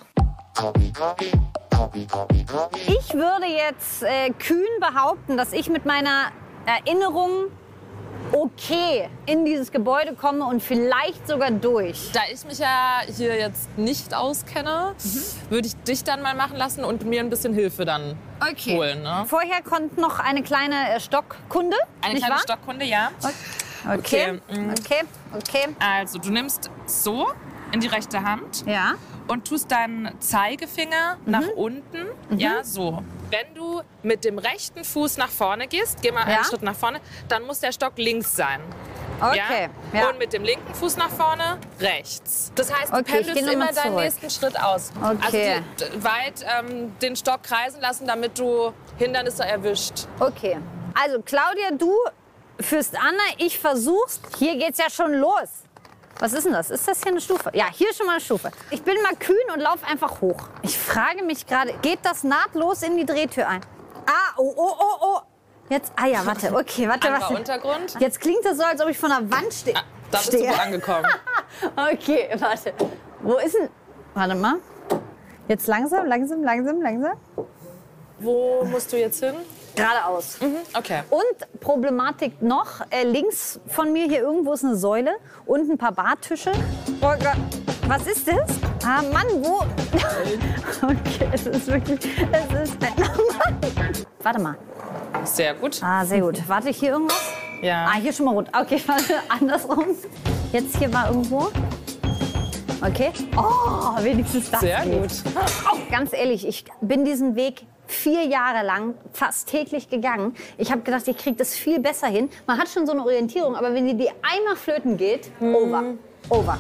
Speaker 4: Ich würde jetzt äh, kühn behaupten, dass ich mit meiner Erinnerung okay in dieses Gebäude komme und vielleicht sogar durch.
Speaker 3: Da ich mich ja hier jetzt nicht auskenne, würde ich dich dann mal machen lassen und mir ein bisschen Hilfe dann
Speaker 4: Okay.
Speaker 3: holen. Ne?
Speaker 4: Vorher kommt noch eine kleine äh, Stockkunde,
Speaker 3: Eine
Speaker 4: nicht
Speaker 3: kleine
Speaker 4: wahr?
Speaker 3: Stockkunde, ja.
Speaker 4: Okay,
Speaker 3: Okay, mm.
Speaker 4: okay, okay.
Speaker 3: Also du nimmst so in die rechte Hand
Speaker 4: Ja,
Speaker 3: und tust deinen Zeigefinger
Speaker 4: Mhm.
Speaker 3: nach unten. Ja, so. Wenn du mit dem rechten Fuß nach vorne gehst, geh mal
Speaker 4: Ja.
Speaker 3: einen Schritt nach vorne, dann muss der Stock links sein.
Speaker 4: okay.
Speaker 3: Ja?
Speaker 4: Ja.
Speaker 3: Und mit dem linken Fuß nach vorne rechts. Das heißt, du
Speaker 4: Okay, ich
Speaker 3: pendelst
Speaker 4: geh noch
Speaker 3: immer
Speaker 4: mal
Speaker 3: deinen
Speaker 4: zurück.
Speaker 3: nächsten Schritt aus.
Speaker 4: Okay.
Speaker 3: Also die, weit ähm, den Stock kreisen lassen, damit du Hindernisse erwischt.
Speaker 4: Okay. Also Claudia, du führst Anna, ich versuch's. Hier geht's ja schon los. Was ist denn das? Ist das hier eine Stufe? Ja, hier ist schon mal eine Stufe. Ich bin mal kühn und laufe einfach hoch. Ich frage mich gerade, geht das nahtlos in die Drehtür ein? Ah, oh, oh, oh, oh. Jetzt, ah ja, warte, okay, warte,
Speaker 3: Anderer
Speaker 4: warte.
Speaker 3: Untergrund.
Speaker 4: Jetzt klingt es so, als ob ich vor einer Wand ste
Speaker 3: Ah, da bist
Speaker 4: stehe.
Speaker 3: du gut angekommen.
Speaker 4: Okay, warte. Wo ist denn... Warte mal. Jetzt langsam, langsam, langsam, langsam.
Speaker 3: Wo musst du jetzt hin?
Speaker 4: Geradeaus.
Speaker 3: Okay.
Speaker 4: Und Problematik noch, äh, links von mir hier irgendwo ist eine Säule und ein paar Bartische. Oh Gott, was ist das? Ah Mann, wo? Okay, es ist wirklich, es ist, warte mal.
Speaker 3: Sehr gut.
Speaker 4: Ah, sehr gut. Warte, hier irgendwas?
Speaker 3: Ja.
Speaker 4: Ah, hier schon mal rund. Okay, warte, andersrum. Jetzt hier mal irgendwo. Okay. Oh, wenigstens das
Speaker 3: Sehr
Speaker 4: geht.
Speaker 3: gut.
Speaker 4: Oh, ganz ehrlich, ich bin diesen Weg vier Jahre lang fast täglich gegangen. Ich habe gedacht, ich kriege das viel besser hin. Man hat schon so eine Orientierung, aber wenn die, die einmal flöten geht, over. Over.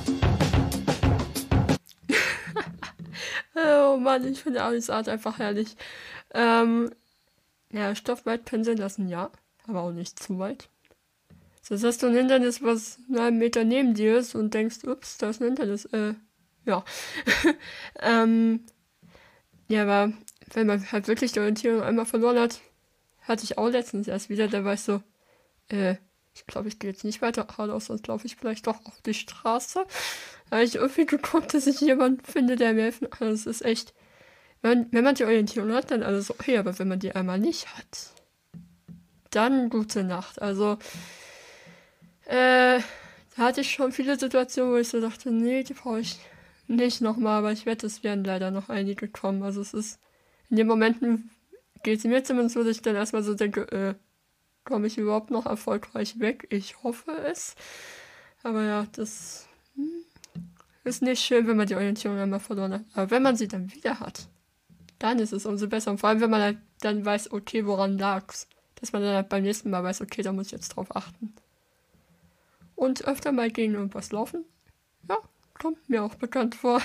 Speaker 1: Oh Mann, ich finde Aris Art einfach herrlich. Ähm, ja, Stoff weit penseln lassen, ja, aber auch nicht zu weit. Das heißt, du ein Hindernis, was einen halben Meter neben dir ist und denkst, ups, da ist ein Hindernis. Äh, ja. ähm, ja, aber wenn man halt wirklich die Orientierung einmal verloren hat, hatte ich auch letztens erst wieder, da war ich so, äh, ich glaube, ich gehe jetzt nicht weiter geradeaus, sonst laufe ich vielleicht doch auf die Straße. Da habe ich irgendwie geguckt, dass ich jemanden finde, der mir helfen kann. Das ist echt, wenn, wenn man die Orientierung hat, dann alles okay, aber wenn man die einmal nicht hat, dann gute Nacht. Also, äh, da hatte ich schon viele Situationen, wo ich so dachte, nee, die brauche ich nicht nochmal, aber ich wette, es werden leider noch einige kommen. Also es ist, in den Momenten geht es mir zumindest so, dass ich dann erstmal so denke, äh, komme ich überhaupt noch erfolgreich weg? Ich hoffe es. Aber ja, das hm, ist nicht schön, wenn man die Orientierung einmal verloren hat. Aber wenn man sie dann wieder hat, dann ist es umso besser. Und vor allem, wenn man halt dann weiß, okay, woran lag's. Dass man dann halt beim nächsten Mal weiß, okay, da muss ich jetzt drauf achten. Und öfter mal gegen irgendwas laufen, ja, kommt mir auch bekannt vor.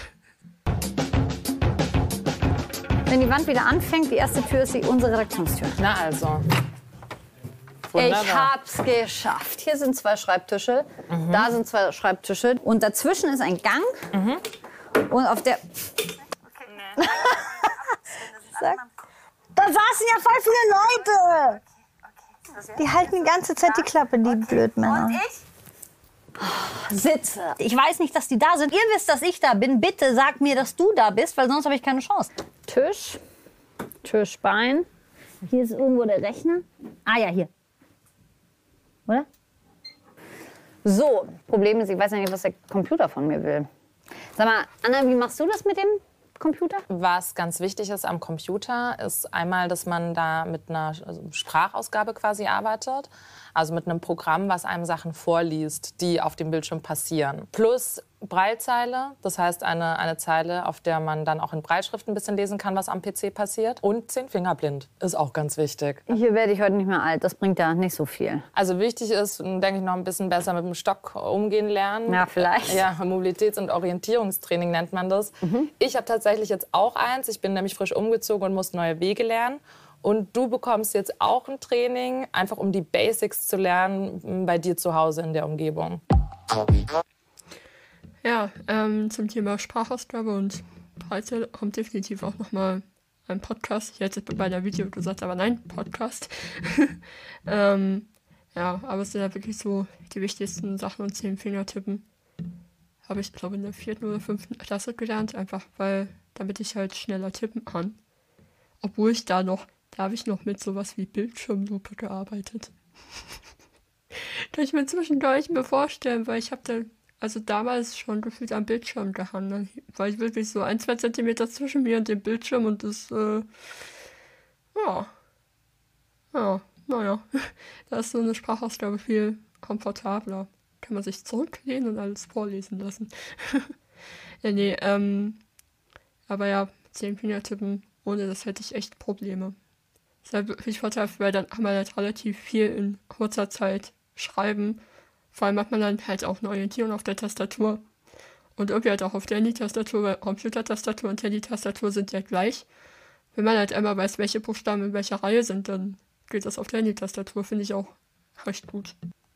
Speaker 2: Wenn die Wand wieder anfängt, die erste Tür ist die, unsere Redaktionstür.
Speaker 3: Na also.
Speaker 2: Wunderbar. Ich hab's geschafft. Hier sind zwei Schreibtische, mhm. da sind zwei Schreibtische und dazwischen ist ein Gang. Mhm. Und auf der... Okay.
Speaker 7: Da saßen ja voll viele Leute. Die halten die ganze Zeit die Klappe, die Blödmänner.
Speaker 2: Und ich? Sitze. Ich weiß nicht, dass die da sind. Ihr wisst, dass ich da bin. Bitte sag mir, dass du da bist, weil sonst habe ich keine Chance. Tisch, Tischbein. Hier ist irgendwo der Rechner. Ah ja, hier. Oder? So, Problem ist, ich weiß ja nicht, was der Computer von mir will. Sag mal, Anna, wie machst du das mit dem Computer?
Speaker 3: Was ganz wichtig ist am Computer, ist einmal, dass man da mit einer Sprachausgabe quasi arbeitet. Also mit einem Programm, was einem Sachen vorliest, die auf dem Bildschirm passieren. Plus Braillezeile, das heißt eine, eine Zeile, auf der man dann auch in Brailleschrift ein bisschen lesen kann, was am P C passiert. Und Zehnfingerblind ist auch ganz wichtig.
Speaker 2: Hier werde ich heute nicht mehr alt, das bringt ja nicht so viel.
Speaker 3: Also wichtig ist, denke ich, noch ein bisschen besser mit dem Stock umgehen lernen.
Speaker 2: Ja, vielleicht.
Speaker 3: Ja, Mobilitäts- und Orientierungstraining nennt man das. Mhm. Ich habe tatsächlich jetzt auch eins. Ich bin nämlich frisch umgezogen und muss neue Wege lernen. Und du bekommst jetzt auch ein Training, einfach um die Basics zu lernen bei dir zu Hause in der Umgebung.
Speaker 1: Ja, ähm, zum Thema Sprachausgabe und Braillezeile kommt definitiv auch nochmal ein Podcast. Ich hätte bei der Video gesagt, aber nein, Podcast. ähm, ja, aber es sind ja wirklich so die wichtigsten Sachen und zehn Fingertippen. Habe ich, glaube ich, in der vierten oder fünften Klasse gelernt, einfach weil, damit ich halt schneller tippen kann. Obwohl ich da noch, da habe ich noch mit sowas wie Bildschirmlupe gearbeitet. Kann ich mir zwischendurch mir vorstellen, weil ich habe da also damals schon gefühlt am Bildschirm gehangen. Dann war ich wirklich so ein, zwei Zentimeter zwischen mir und dem Bildschirm und das, äh, ja, ja, naja, da ist so eine Sprachausgabe viel komfortabler. Kann man sich zurücklehnen und alles vorlesen lassen. ja, nee, ähm, aber ja, zehn Fingertippen, ohne das hätte ich echt Probleme. Das ist halt wirklich vorteilhaft, weil dann kann man halt relativ viel in kurzer Zeit schreiben. Vor allem hat man dann halt auch eine Orientierung auf der Tastatur. Und irgendwie halt auch auf der Handy-Tastatur, weil Computertastatur und Handy-Tastatur sind ja gleich. Wenn man halt einmal weiß, welche Buchstaben in welcher Reihe sind, dann geht das auf der Handy-Tastatur, finde ich auch recht gut.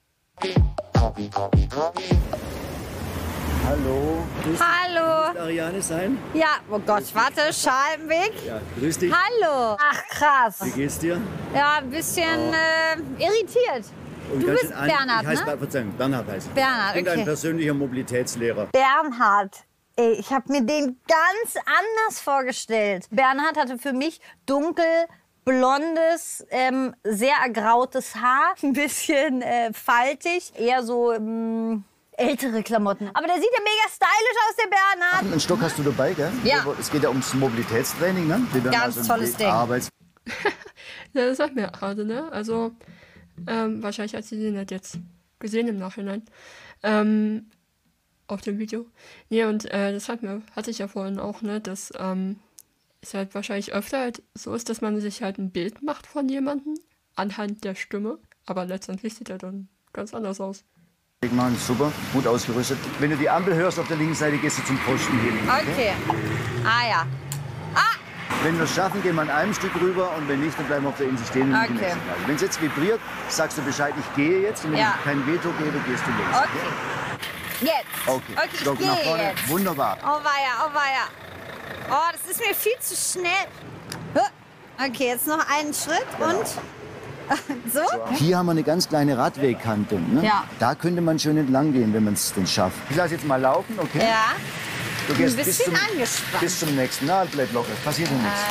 Speaker 8: Hallo. Grüß dich.
Speaker 7: Hallo.
Speaker 8: Muss Ariane sein?
Speaker 7: Ja, oh Gott, warte, Schal im Weg.
Speaker 8: Ja, grüß dich.
Speaker 7: Hallo. Ach, krass.
Speaker 8: Wie geht's dir?
Speaker 7: Ja, ein bisschen
Speaker 8: Oh.
Speaker 7: äh, irritiert.
Speaker 8: Und
Speaker 7: Du
Speaker 8: ganz
Speaker 7: bist
Speaker 8: schön an-
Speaker 7: Bernhard,
Speaker 8: ich heiße,
Speaker 7: ne?
Speaker 8: Verzeihung, Bernhard heiße ich.
Speaker 7: Bernhard,
Speaker 8: Ich bin
Speaker 7: okay.
Speaker 8: ein persönlicher Mobilitätslehrer.
Speaker 7: Bernhard. Ey, ich habe mir den ganz anders vorgestellt. Bernhard hatte für mich dunkel, blondes, ähm, sehr ergrautes Haar, ein bisschen äh, faltig, eher so ähm, ältere Klamotten. Aber der sieht ja mega stylisch aus, der Bernhard.
Speaker 8: Einen Stock hast du dabei, gell?
Speaker 7: Ja.
Speaker 8: Es geht ja ums Mobilitätstraining, ne? Wir werden
Speaker 7: Ganz
Speaker 8: also
Speaker 7: tolles
Speaker 8: die
Speaker 7: Ding.
Speaker 8: Arbeits-
Speaker 1: Ja, das sagt mir gerade, ne? Also, ähm, wahrscheinlich hat sie den halt jetzt gesehen im Nachhinein. Ähm, auf dem Video. Nee, und äh, das hat mir, hatte ich ja vorhin auch, ne, dass ähm, es halt wahrscheinlich öfter halt so ist, dass man sich halt ein Bild macht von jemandem anhand der Stimme, aber letztendlich sieht er dann ganz anders aus.
Speaker 8: Machen, super, gut ausgerüstet. Wenn du die Ampel hörst auf der linken Seite, gehst du zum Posten hin.
Speaker 7: Okay. Ah ja.
Speaker 8: Wenn wir es schaffen, gehen wir an einem Stück rüber und wenn nicht, dann bleiben wir auf der Insel stehen und
Speaker 7: Okay.
Speaker 8: genießen. Also, wenn es jetzt vibriert, sagst du Bescheid, ich gehe jetzt. Und wenn
Speaker 7: Ja.
Speaker 8: ich kein Veto gebe, gehst du los.
Speaker 7: Okay. Jetzt.
Speaker 8: Okay,
Speaker 7: Okay, ich
Speaker 8: Stock
Speaker 7: gehe
Speaker 8: nach vorne.
Speaker 7: jetzt.
Speaker 8: Wunderbar.
Speaker 7: Oh weia, oh weia. Oh, das ist mir viel zu schnell. Okay, jetzt noch einen Schritt und so.
Speaker 8: Hier haben wir eine ganz kleine Radwegkante. Ne?
Speaker 7: Ja.
Speaker 8: Da könnte man schön entlang gehen, wenn man es denn schafft. Ich lasse jetzt mal laufen, okay?
Speaker 7: Ja.
Speaker 8: Du
Speaker 7: Ein
Speaker 8: gehst bis
Speaker 7: bisschen
Speaker 8: zum,
Speaker 7: angespannt.
Speaker 8: bis zum nächsten. Na, bleib locker. Passiert ja nichts.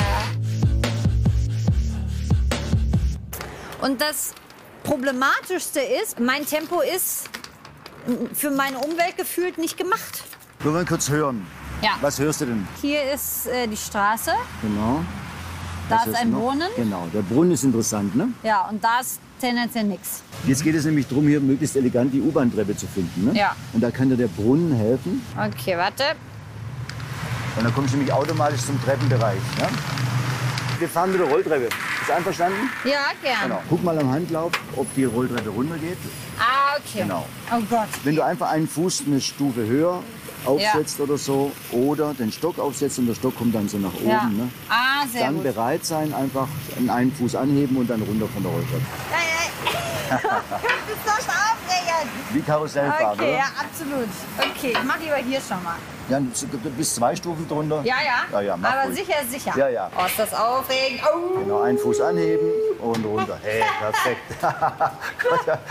Speaker 7: Und das Problematischste ist, mein Tempo ist für meine Umwelt gefühlt nicht gemacht.
Speaker 8: Wir wollen kurz hören.
Speaker 7: Ja.
Speaker 8: Was hörst du denn?
Speaker 7: Hier ist äh, die Straße.
Speaker 8: Genau.
Speaker 7: Da
Speaker 8: Was
Speaker 7: ist
Speaker 8: hörst
Speaker 7: ein
Speaker 8: du noch?
Speaker 7: Brunnen.
Speaker 8: Genau, der Brunnen ist interessant, ne?
Speaker 7: Ja, und da ist tendenziell nichts.
Speaker 8: Jetzt geht es nämlich darum, hier möglichst elegant die U-Bahn-Treppe zu finden, ne?
Speaker 7: Ja.
Speaker 8: Und da kann dir der Brunnen helfen.
Speaker 7: Okay, warte.
Speaker 8: Und dann kommst du nämlich automatisch zum Treppenbereich. Ne? Wir fahren mit der Rolltreppe. Ist einverstanden?
Speaker 7: Ja, gern.
Speaker 8: Genau. Guck mal am Handlauf, ob die Rolltreppe runtergeht.
Speaker 7: Ah, okay.
Speaker 8: Genau.
Speaker 7: Oh Gott.
Speaker 8: Wenn du einfach einen Fuß eine Stufe höher aufsetzt oder so, oder den Stock aufsetzt und der Stock kommt dann so nach oben,
Speaker 7: Ja.
Speaker 8: ne?
Speaker 7: Ah, sehr
Speaker 8: Dann
Speaker 7: gut.
Speaker 8: bereit sein, einfach einen Fuß anheben und dann runter von der Rolltreppe.
Speaker 7: Das ist doch aufregend.
Speaker 8: Wie Karussellfahren,
Speaker 7: Okay,
Speaker 8: oder?
Speaker 7: ja, absolut. Okay, ich mach lieber hier schon mal.
Speaker 8: Ja, du bist zwei Stufen drunter.
Speaker 7: Ja, ja.
Speaker 8: Ja, ja, mach
Speaker 7: Aber
Speaker 8: ruhig.
Speaker 7: sicher ist sicher.
Speaker 8: Ja, ja.
Speaker 7: Oh, ist das aufregend. Oh.
Speaker 8: Genau, einen Fuß anheben und runter. Hey, perfekt.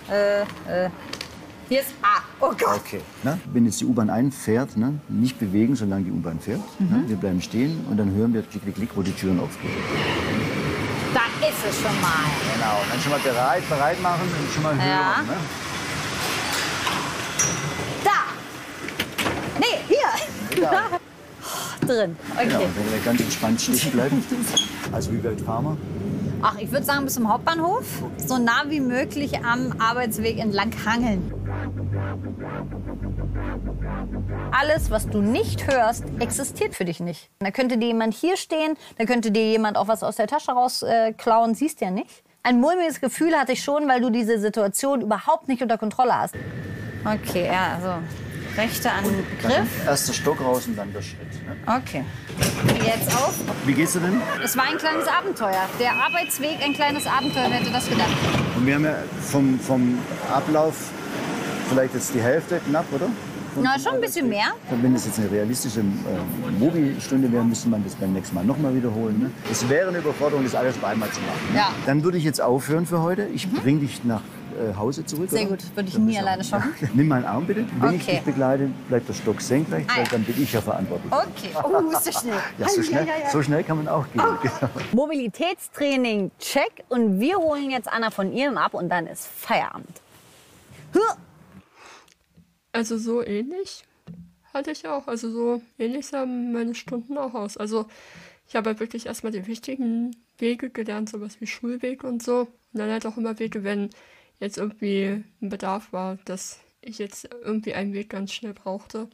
Speaker 7: Hier ist A. Oh Gott.
Speaker 8: Okay. Ne? Wenn jetzt die U-Bahn einfährt, ne? nicht bewegen, solange die U-Bahn fährt. Ne? Wir bleiben stehen und dann hören wir klick, klick, klick, wo die Türen aufgehen.
Speaker 7: Da ist es schon mal.
Speaker 8: Genau, und dann schon mal bereit, bereit machen und schon mal hören.
Speaker 7: Ja.
Speaker 8: Ne?
Speaker 7: Da. Nee, hier.
Speaker 8: Egal.
Speaker 7: Drin. Okay.
Speaker 8: Genau, wenn wir ganz entspannt stehen bleiben. Also wie weit fahren wir?
Speaker 7: Ach, ich würde sagen bis zum Hauptbahnhof. So nah wie möglich am Arbeitsweg entlang hangeln. Alles, was du nicht hörst, existiert für dich nicht. Da könnte dir jemand hier stehen, da könnte dir jemand auch was aus der Tasche rausklauen, äh, klauen, siehst ja nicht. Ein mulmiges Gefühl hatte ich schon, weil du diese Situation überhaupt nicht unter Kontrolle hast. Okay, ja, also rechter Angriff.
Speaker 8: Erster Stock raus und dann der Schritt. Ne?
Speaker 7: Okay. Jetzt auf.
Speaker 8: Wie gehst du denn?
Speaker 7: Es war ein kleines Abenteuer. Der Arbeitsweg ein kleines Abenteuer, wer hätte das gedacht?
Speaker 8: Und wir haben ja vom, vom Ablauf vielleicht jetzt die Hälfte knapp, oder? Von-
Speaker 7: Na,
Speaker 8: vom
Speaker 7: schon ein bisschen mehr.
Speaker 8: Und wenn es jetzt eine realistische äh, Mobi-Stunde wäre, müsste man das beim nächsten Mal noch mal wiederholen. Ne? Es wäre eine Überforderung, das alles auf einmal zu machen. Ne?
Speaker 7: Ja.
Speaker 8: Dann würde ich jetzt aufhören für heute. Ich bringe dich nach äh, Hause zurück.
Speaker 7: Sehr
Speaker 8: oder?
Speaker 7: gut, würde ich
Speaker 8: Dann
Speaker 7: nie
Speaker 8: bist du-
Speaker 7: alleine schaffen.
Speaker 8: Nimm meinen Arm bitte. Wenn ich
Speaker 7: Okay.
Speaker 8: dich begleite, bleibt der Stock senkrecht,
Speaker 7: Ah,
Speaker 8: weil
Speaker 7: ja.
Speaker 8: dann bin ich ja verantwortlich.
Speaker 7: Okay. Oh, ist so schnell.
Speaker 8: Ja, so schnell, so schnell kann man auch gehen. Genau.
Speaker 7: Mobilitätstraining, check. Und wir holen jetzt Anna von ihrem ab und dann ist Feierabend. Huh.
Speaker 1: Also so ähnlich hatte ich auch. Also so ähnlich sahen meine Stunden auch aus. Also ich habe halt wirklich erstmal die wichtigen Wege gelernt, sowas wie Schulweg und so. Und dann halt auch immer Wege, wenn jetzt irgendwie ein Bedarf war, dass ich jetzt irgendwie einen Weg ganz schnell brauchte.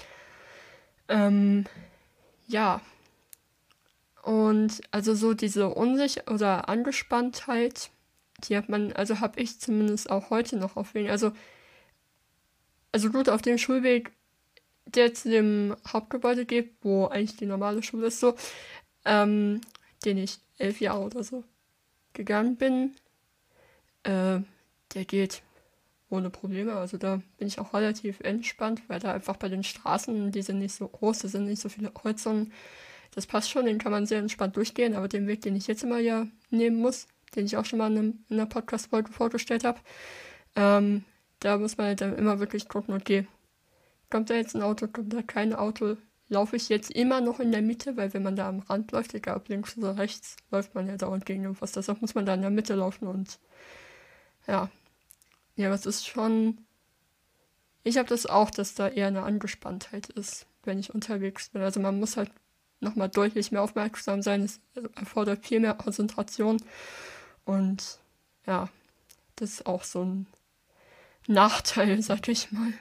Speaker 1: Ähm, ja. Und also so diese Unsicherheit oder Angespanntheit, die hat man, also habe ich zumindest auch heute noch auf wen. Also, also gut, auf dem Schulweg, der zu dem Hauptgebäude geht, wo eigentlich die normale Schule ist, so, ähm, den ich elf Jahre oder so gegangen bin, äh, der geht ohne Probleme. Also da bin ich auch relativ entspannt, weil da einfach bei den Straßen, die sind nicht so groß, da sind nicht so viele Kreuzungen. Das passt schon, den kann man sehr entspannt durchgehen, aber den Weg, den ich jetzt immer ja nehmen muss, den ich auch schon mal in, einem, in einer Podcast-Folge vorgestellt habe, ähm, da muss man halt dann immer wirklich gucken, okay, kommt da jetzt ein Auto, kommt da kein Auto, laufe ich jetzt immer noch in der Mitte, weil wenn man da am Rand läuft, egal ob links oder rechts, läuft man ja dauernd gegen irgendwas, deshalb muss man da in der Mitte laufen und ja, ja, das ist schon, ich habe das auch, dass da eher eine Angespanntheit ist, wenn ich unterwegs bin, also man muss halt nochmal deutlich mehr aufmerksam sein, es erfordert viel mehr Konzentration und ja, das ist auch so ein Nachteil, sag ich mal.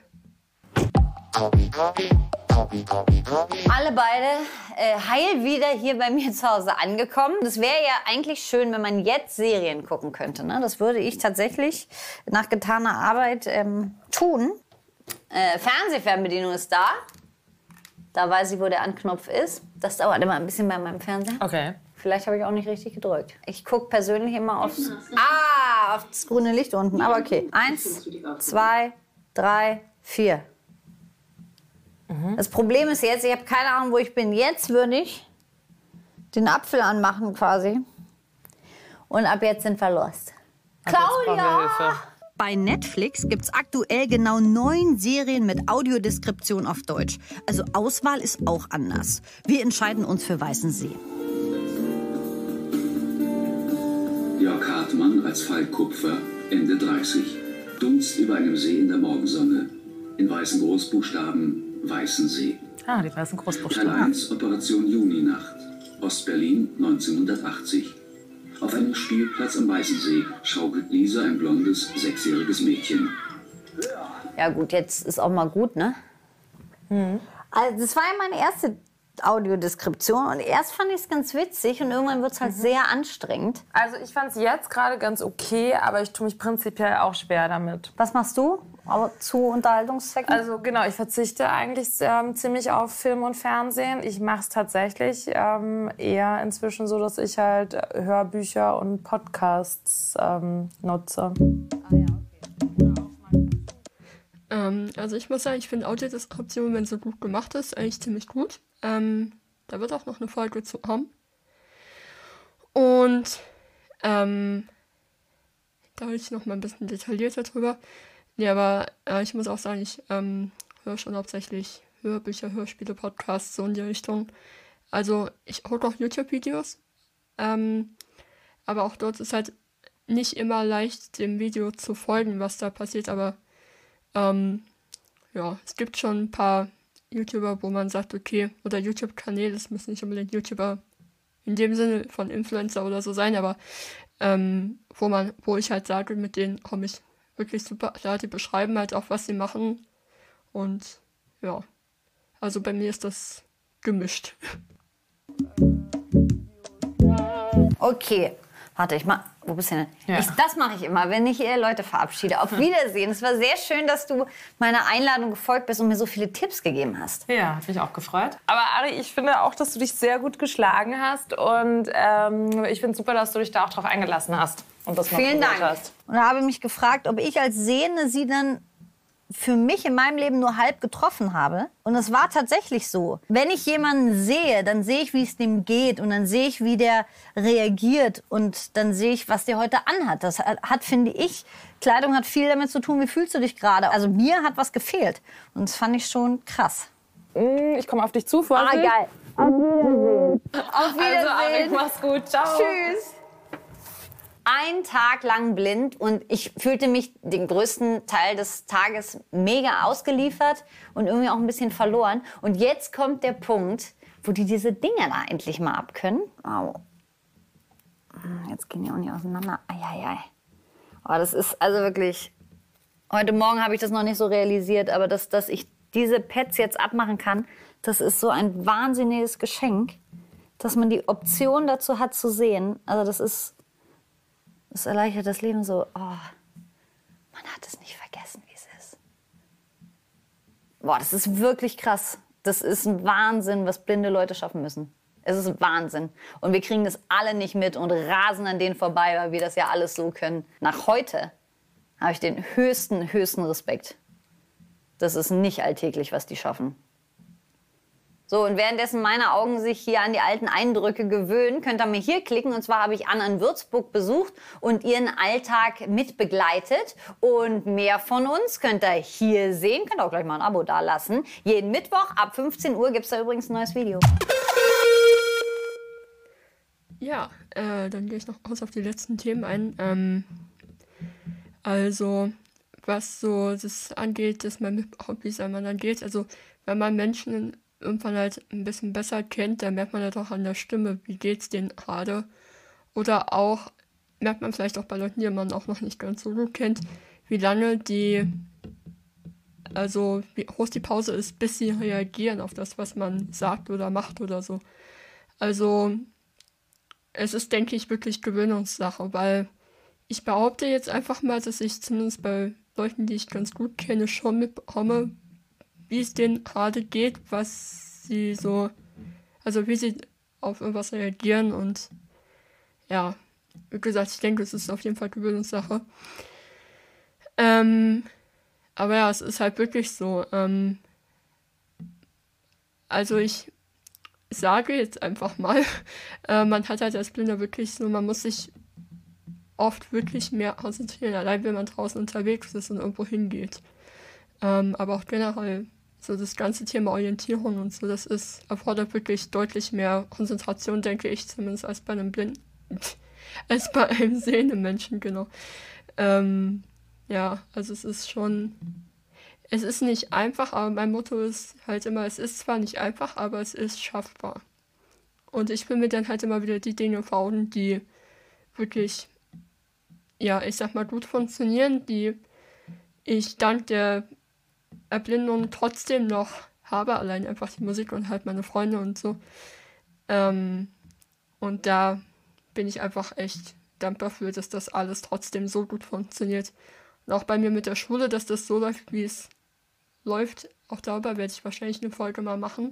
Speaker 7: Alle beide äh, heil wieder hier bei mir zu Hause angekommen. Das wäre ja eigentlich schön, wenn man jetzt Serien gucken könnte. Ne? Das würde ich tatsächlich nach getaner Arbeit ähm, tun. Äh, Fernsehfernbedienung ist da. Da weiß ich, wo der Anknopf ist. Das dauert immer ein bisschen bei meinem Fernseher.
Speaker 3: Okay.
Speaker 7: Vielleicht habe ich auch nicht richtig gedrückt. Ich gucke persönlich immer aufs, ah, auf das grüne Licht unten. Aber okay. Eins, zwei, drei, vier. Das Problem ist jetzt, ich habe keine Ahnung, wo ich bin. Jetzt würde ich den Apfel anmachen quasi. Und ab jetzt sind wir lost. Claudia!
Speaker 4: Bei Netflix gibt's aktuell genau neun Serien mit Audiodeskription auf Deutsch. Also Auswahl ist auch anders. Wir entscheiden uns für Weißensee.
Speaker 9: Jörg Hartmann als Falk Kupfer, Ende dreißig. Dunst über einem See in der Morgensonne. In weißen Großbuchstaben Weißensee.
Speaker 3: Ah, die weißen
Speaker 9: Teil
Speaker 3: Großbuchstaben.
Speaker 9: eins, Operation Juninacht. Ostberlin neunzehnhundertachtzig. Auf einem Spielplatz am Weißensee schaukelt Lisa ein blondes, sechsjähriges Mädchen.
Speaker 2: Ja gut, jetzt ist auch mal gut, ne?
Speaker 7: Mhm. Also das war ja meine erste Audiodeskription und erst fand ich es ganz witzig und irgendwann wird es halt mhm. sehr anstrengend.
Speaker 3: Also ich fand es jetzt gerade ganz okay, aber ich tue mich prinzipiell auch schwer damit.
Speaker 7: Was machst du aber zu Unterhaltungszwecken?
Speaker 3: Also genau, ich verzichte eigentlich ähm, ziemlich auf Film und Fernsehen. Ich mache es tatsächlich ähm, eher inzwischen so, dass ich halt Hörbücher und Podcasts ähm, nutze. Ah, ja,
Speaker 1: okay. ähm, also ich muss sagen, ich finde Audiodeskription, wenn sie gut gemacht ist, eigentlich ziemlich gut. Ähm, da wird auch noch eine Folge zu haben. Und ähm, da will ich noch mal ein bisschen detaillierter drüber. Nee, aber äh, ich muss auch sagen, ich ähm, höre schon hauptsächlich Hörbücher, Hörspiele, Podcasts, so in die Richtung. Also ich gucke auch YouTube-Videos. Ähm, aber auch dort ist halt nicht immer leicht, dem Video zu folgen, was da passiert. Aber ähm, ja, es gibt schon ein paar YouTuber, wo man sagt, okay, oder YouTube-Kanäle, es müssen nicht unbedingt YouTuber in dem Sinne von Influencer oder so sein, aber ähm, wo man, wo ich halt sage, mit denen komme ich wirklich super klar, die beschreiben halt auch, was sie machen und ja, also bei mir ist das gemischt.
Speaker 2: Okay. Warte, ich mach. Wo bist du denn? Ja. Ich, das mache ich immer, wenn ich äh, Leute verabschiede. Auf Wiedersehen. Es war sehr schön, dass du meiner Einladung gefolgt bist und mir so viele Tipps gegeben hast.
Speaker 3: Ja, hat mich auch gefreut. Aber Ari, ich finde auch, dass du dich sehr gut geschlagen hast. Und ähm, ich finde super, dass du dich da auch drauf eingelassen hast. Und das
Speaker 7: Vielen Dank. Hast. Und da habe ich mich gefragt, ob ich als Sehende sie dann für mich in meinem Leben nur halb getroffen habe. Und es war tatsächlich so. Wenn ich jemanden sehe, dann sehe ich, wie es dem geht. Und dann sehe ich, wie der reagiert. Und dann sehe ich, was der heute anhat. Das hat, hat, finde ich, Kleidung hat viel damit zu tun, wie fühlst du dich gerade. Also mir hat was gefehlt. Und das fand ich schon krass.
Speaker 3: Ich komme auf dich zu, Vorsicht.
Speaker 7: Ah, geil. Auf Wiedersehen.
Speaker 3: Auf Wiedersehen. Also, Ari, mach's gut. Ciao.
Speaker 2: Tschüss. Ein Tag lang blind und ich fühlte mich den größten Teil des Tages mega ausgeliefert und irgendwie auch ein bisschen verloren. Und jetzt kommt der Punkt, wo die diese Dinger da endlich mal abkönnen. Oh. Jetzt gehen die auch nicht auseinander. Eieiei. Oh, das ist also wirklich... Heute Morgen habe ich das noch nicht so realisiert, aber dass, dass ich diese Pads jetzt abmachen kann, das ist so ein wahnsinniges Geschenk, dass man die Option dazu hat zu sehen. Also das ist... Das erleichtert das Leben so, oh, man hat es nicht vergessen, wie es ist. Boah, das ist wirklich krass. Das ist ein Wahnsinn, was blinde Leute schaffen müssen. Es ist Wahnsinn. Und wir kriegen das alle nicht mit und rasen an denen vorbei, weil wir das ja alles so können. Nach heute habe ich den höchsten, höchsten Respekt. Das ist nicht alltäglich, was die schaffen. So, und währenddessen meine Augen sich hier an die alten Eindrücke gewöhnen, könnt ihr mir hier klicken. Und zwar habe ich Anna in Würzburg besucht und ihren Alltag mitbegleitet. Und mehr von uns könnt ihr hier sehen. Könnt ihr auch gleich mal ein Abo dalassen. Jeden Mittwoch ab fünfzehn Uhr gibt es da übrigens ein neues Video.
Speaker 1: Ja, äh, dann gehe ich noch kurz auf die letzten Themen ein. Ähm, also, was so das angeht, dass man mit Hobbys einmal dann geht. Also, wenn man Menschen irgendwann halt ein bisschen besser kennt, dann merkt man halt auch an der Stimme, wie geht's denen gerade. Oder auch, merkt man vielleicht auch bei Leuten, die man auch noch nicht ganz so gut kennt, wie lange die, also wie groß die Pause ist, bis sie reagieren auf das, was man sagt oder macht oder so. Also, es ist, denke ich, wirklich Gewöhnungssache, weil ich behaupte jetzt einfach mal, dass ich zumindest bei Leuten, die ich ganz gut kenne, schon mitbekomme, wie es denen gerade geht, was sie so, also wie sie auf irgendwas reagieren und ja, wie gesagt, ich denke, es ist auf jeden Fall Gewöhnungssache. Ähm, aber ja, es ist halt wirklich so, ähm, also ich sage jetzt einfach mal, äh, man hat halt als Blinder wirklich so, man muss sich oft wirklich mehr konzentrieren, allein wenn man draußen unterwegs ist und irgendwo hingeht. Ähm, aber auch generell so das ganze Thema Orientierung und so, das ist, erfordert wirklich deutlich mehr Konzentration, denke ich, zumindest als bei einem Blinden, als bei einem sehenden Menschen, genau. Ähm, ja, also es ist schon, es ist nicht einfach, aber mein Motto ist halt immer, es ist zwar nicht einfach, aber es ist schaffbar. Und ich will mir dann halt immer wieder die Dinge vor Augen, die wirklich, ja, ich sag mal, gut funktionieren, die ich dank der Erblindung trotzdem noch habe, allein einfach die Musik und halt meine Freunde und so. Ähm, und da bin ich einfach echt dankbar für, dass das alles trotzdem so gut funktioniert. Und auch bei mir mit der Schule, dass das so läuft, wie es läuft. Auch darüber werde ich wahrscheinlich eine Folge mal machen.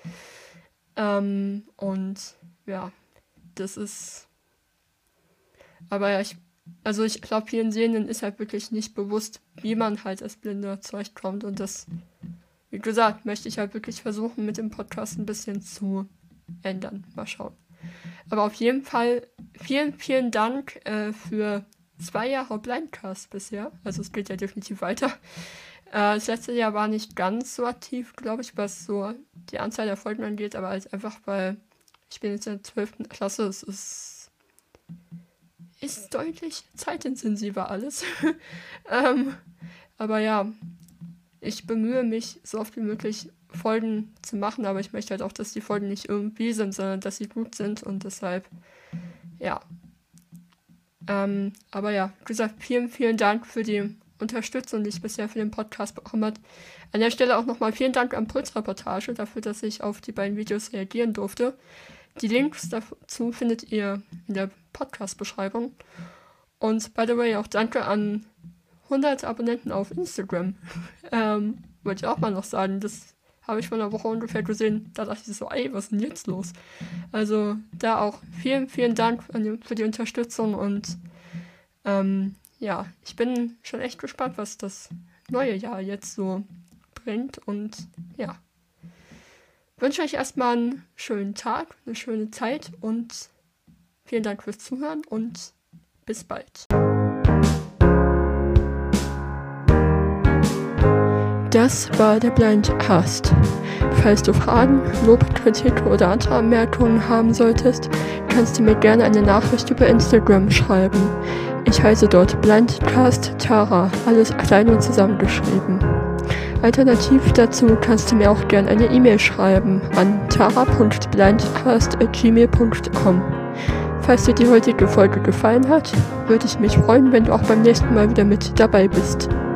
Speaker 1: Ähm, und ja, das ist... Aber ja, ich, also ich glaube, vielen Sehenden ist halt wirklich nicht bewusst, wie man halt als Blinde zurechtkommt. Und das, wie gesagt, möchte ich halt wirklich versuchen, mit dem Podcast ein bisschen zu ändern. Mal schauen. Aber auf jeden Fall vielen, vielen Dank äh, für zwei Jahre Blindcast bisher. Also es geht ja definitiv weiter. Äh, das letzte Jahr war nicht ganz so aktiv, glaube ich, was so die Anzahl der Folgen angeht, aber halt einfach, weil ich bin jetzt in der zwölften Klasse, es ist, ist deutlich zeitintensiver alles. ähm, aber ja, ich bemühe mich, so oft wie möglich Folgen zu machen, aber ich möchte halt auch, dass die Folgen nicht irgendwie sind, sondern dass sie gut sind und deshalb, ja. Ähm, aber ja, wie gesagt, vielen, vielen Dank für die Unterstützung, die ich bisher für den Podcast bekommen habe. An der Stelle auch nochmal vielen Dank an Pulsreportage dafür, dass ich auf die beiden Videos reagieren durfte. Die Links dazu findet ihr in der Podcast-Beschreibung. Und by the way, auch danke an hundert Abonnenten auf Instagram. ähm, wollte ich auch mal noch sagen, das habe ich vor einer Woche ungefähr gesehen. Da dachte ich so, ey, was ist denn jetzt los? Also da auch vielen, vielen Dank an die, für die Unterstützung und ähm, ja, ich bin schon echt gespannt, was das neue Jahr jetzt so bringt und ja. Wünsche euch erstmal einen schönen Tag, eine schöne Zeit und vielen Dank fürs Zuhören und bis bald. Das war der Blindcast. Falls du Fragen, Lob, Kritik oder andere Anmerkungen haben solltest, kannst du mir gerne eine Nachricht über Instagram schreiben. Ich heiße dort Blindcast Tara, alles klein und zusammengeschrieben. Alternativ dazu kannst du mir auch gerne eine E-Mail schreiben an tara punkt blindcast at gmail punkt com. Falls dir die heutige Folge gefallen hat, würde ich mich freuen, wenn du auch beim nächsten Mal wieder mit dabei bist.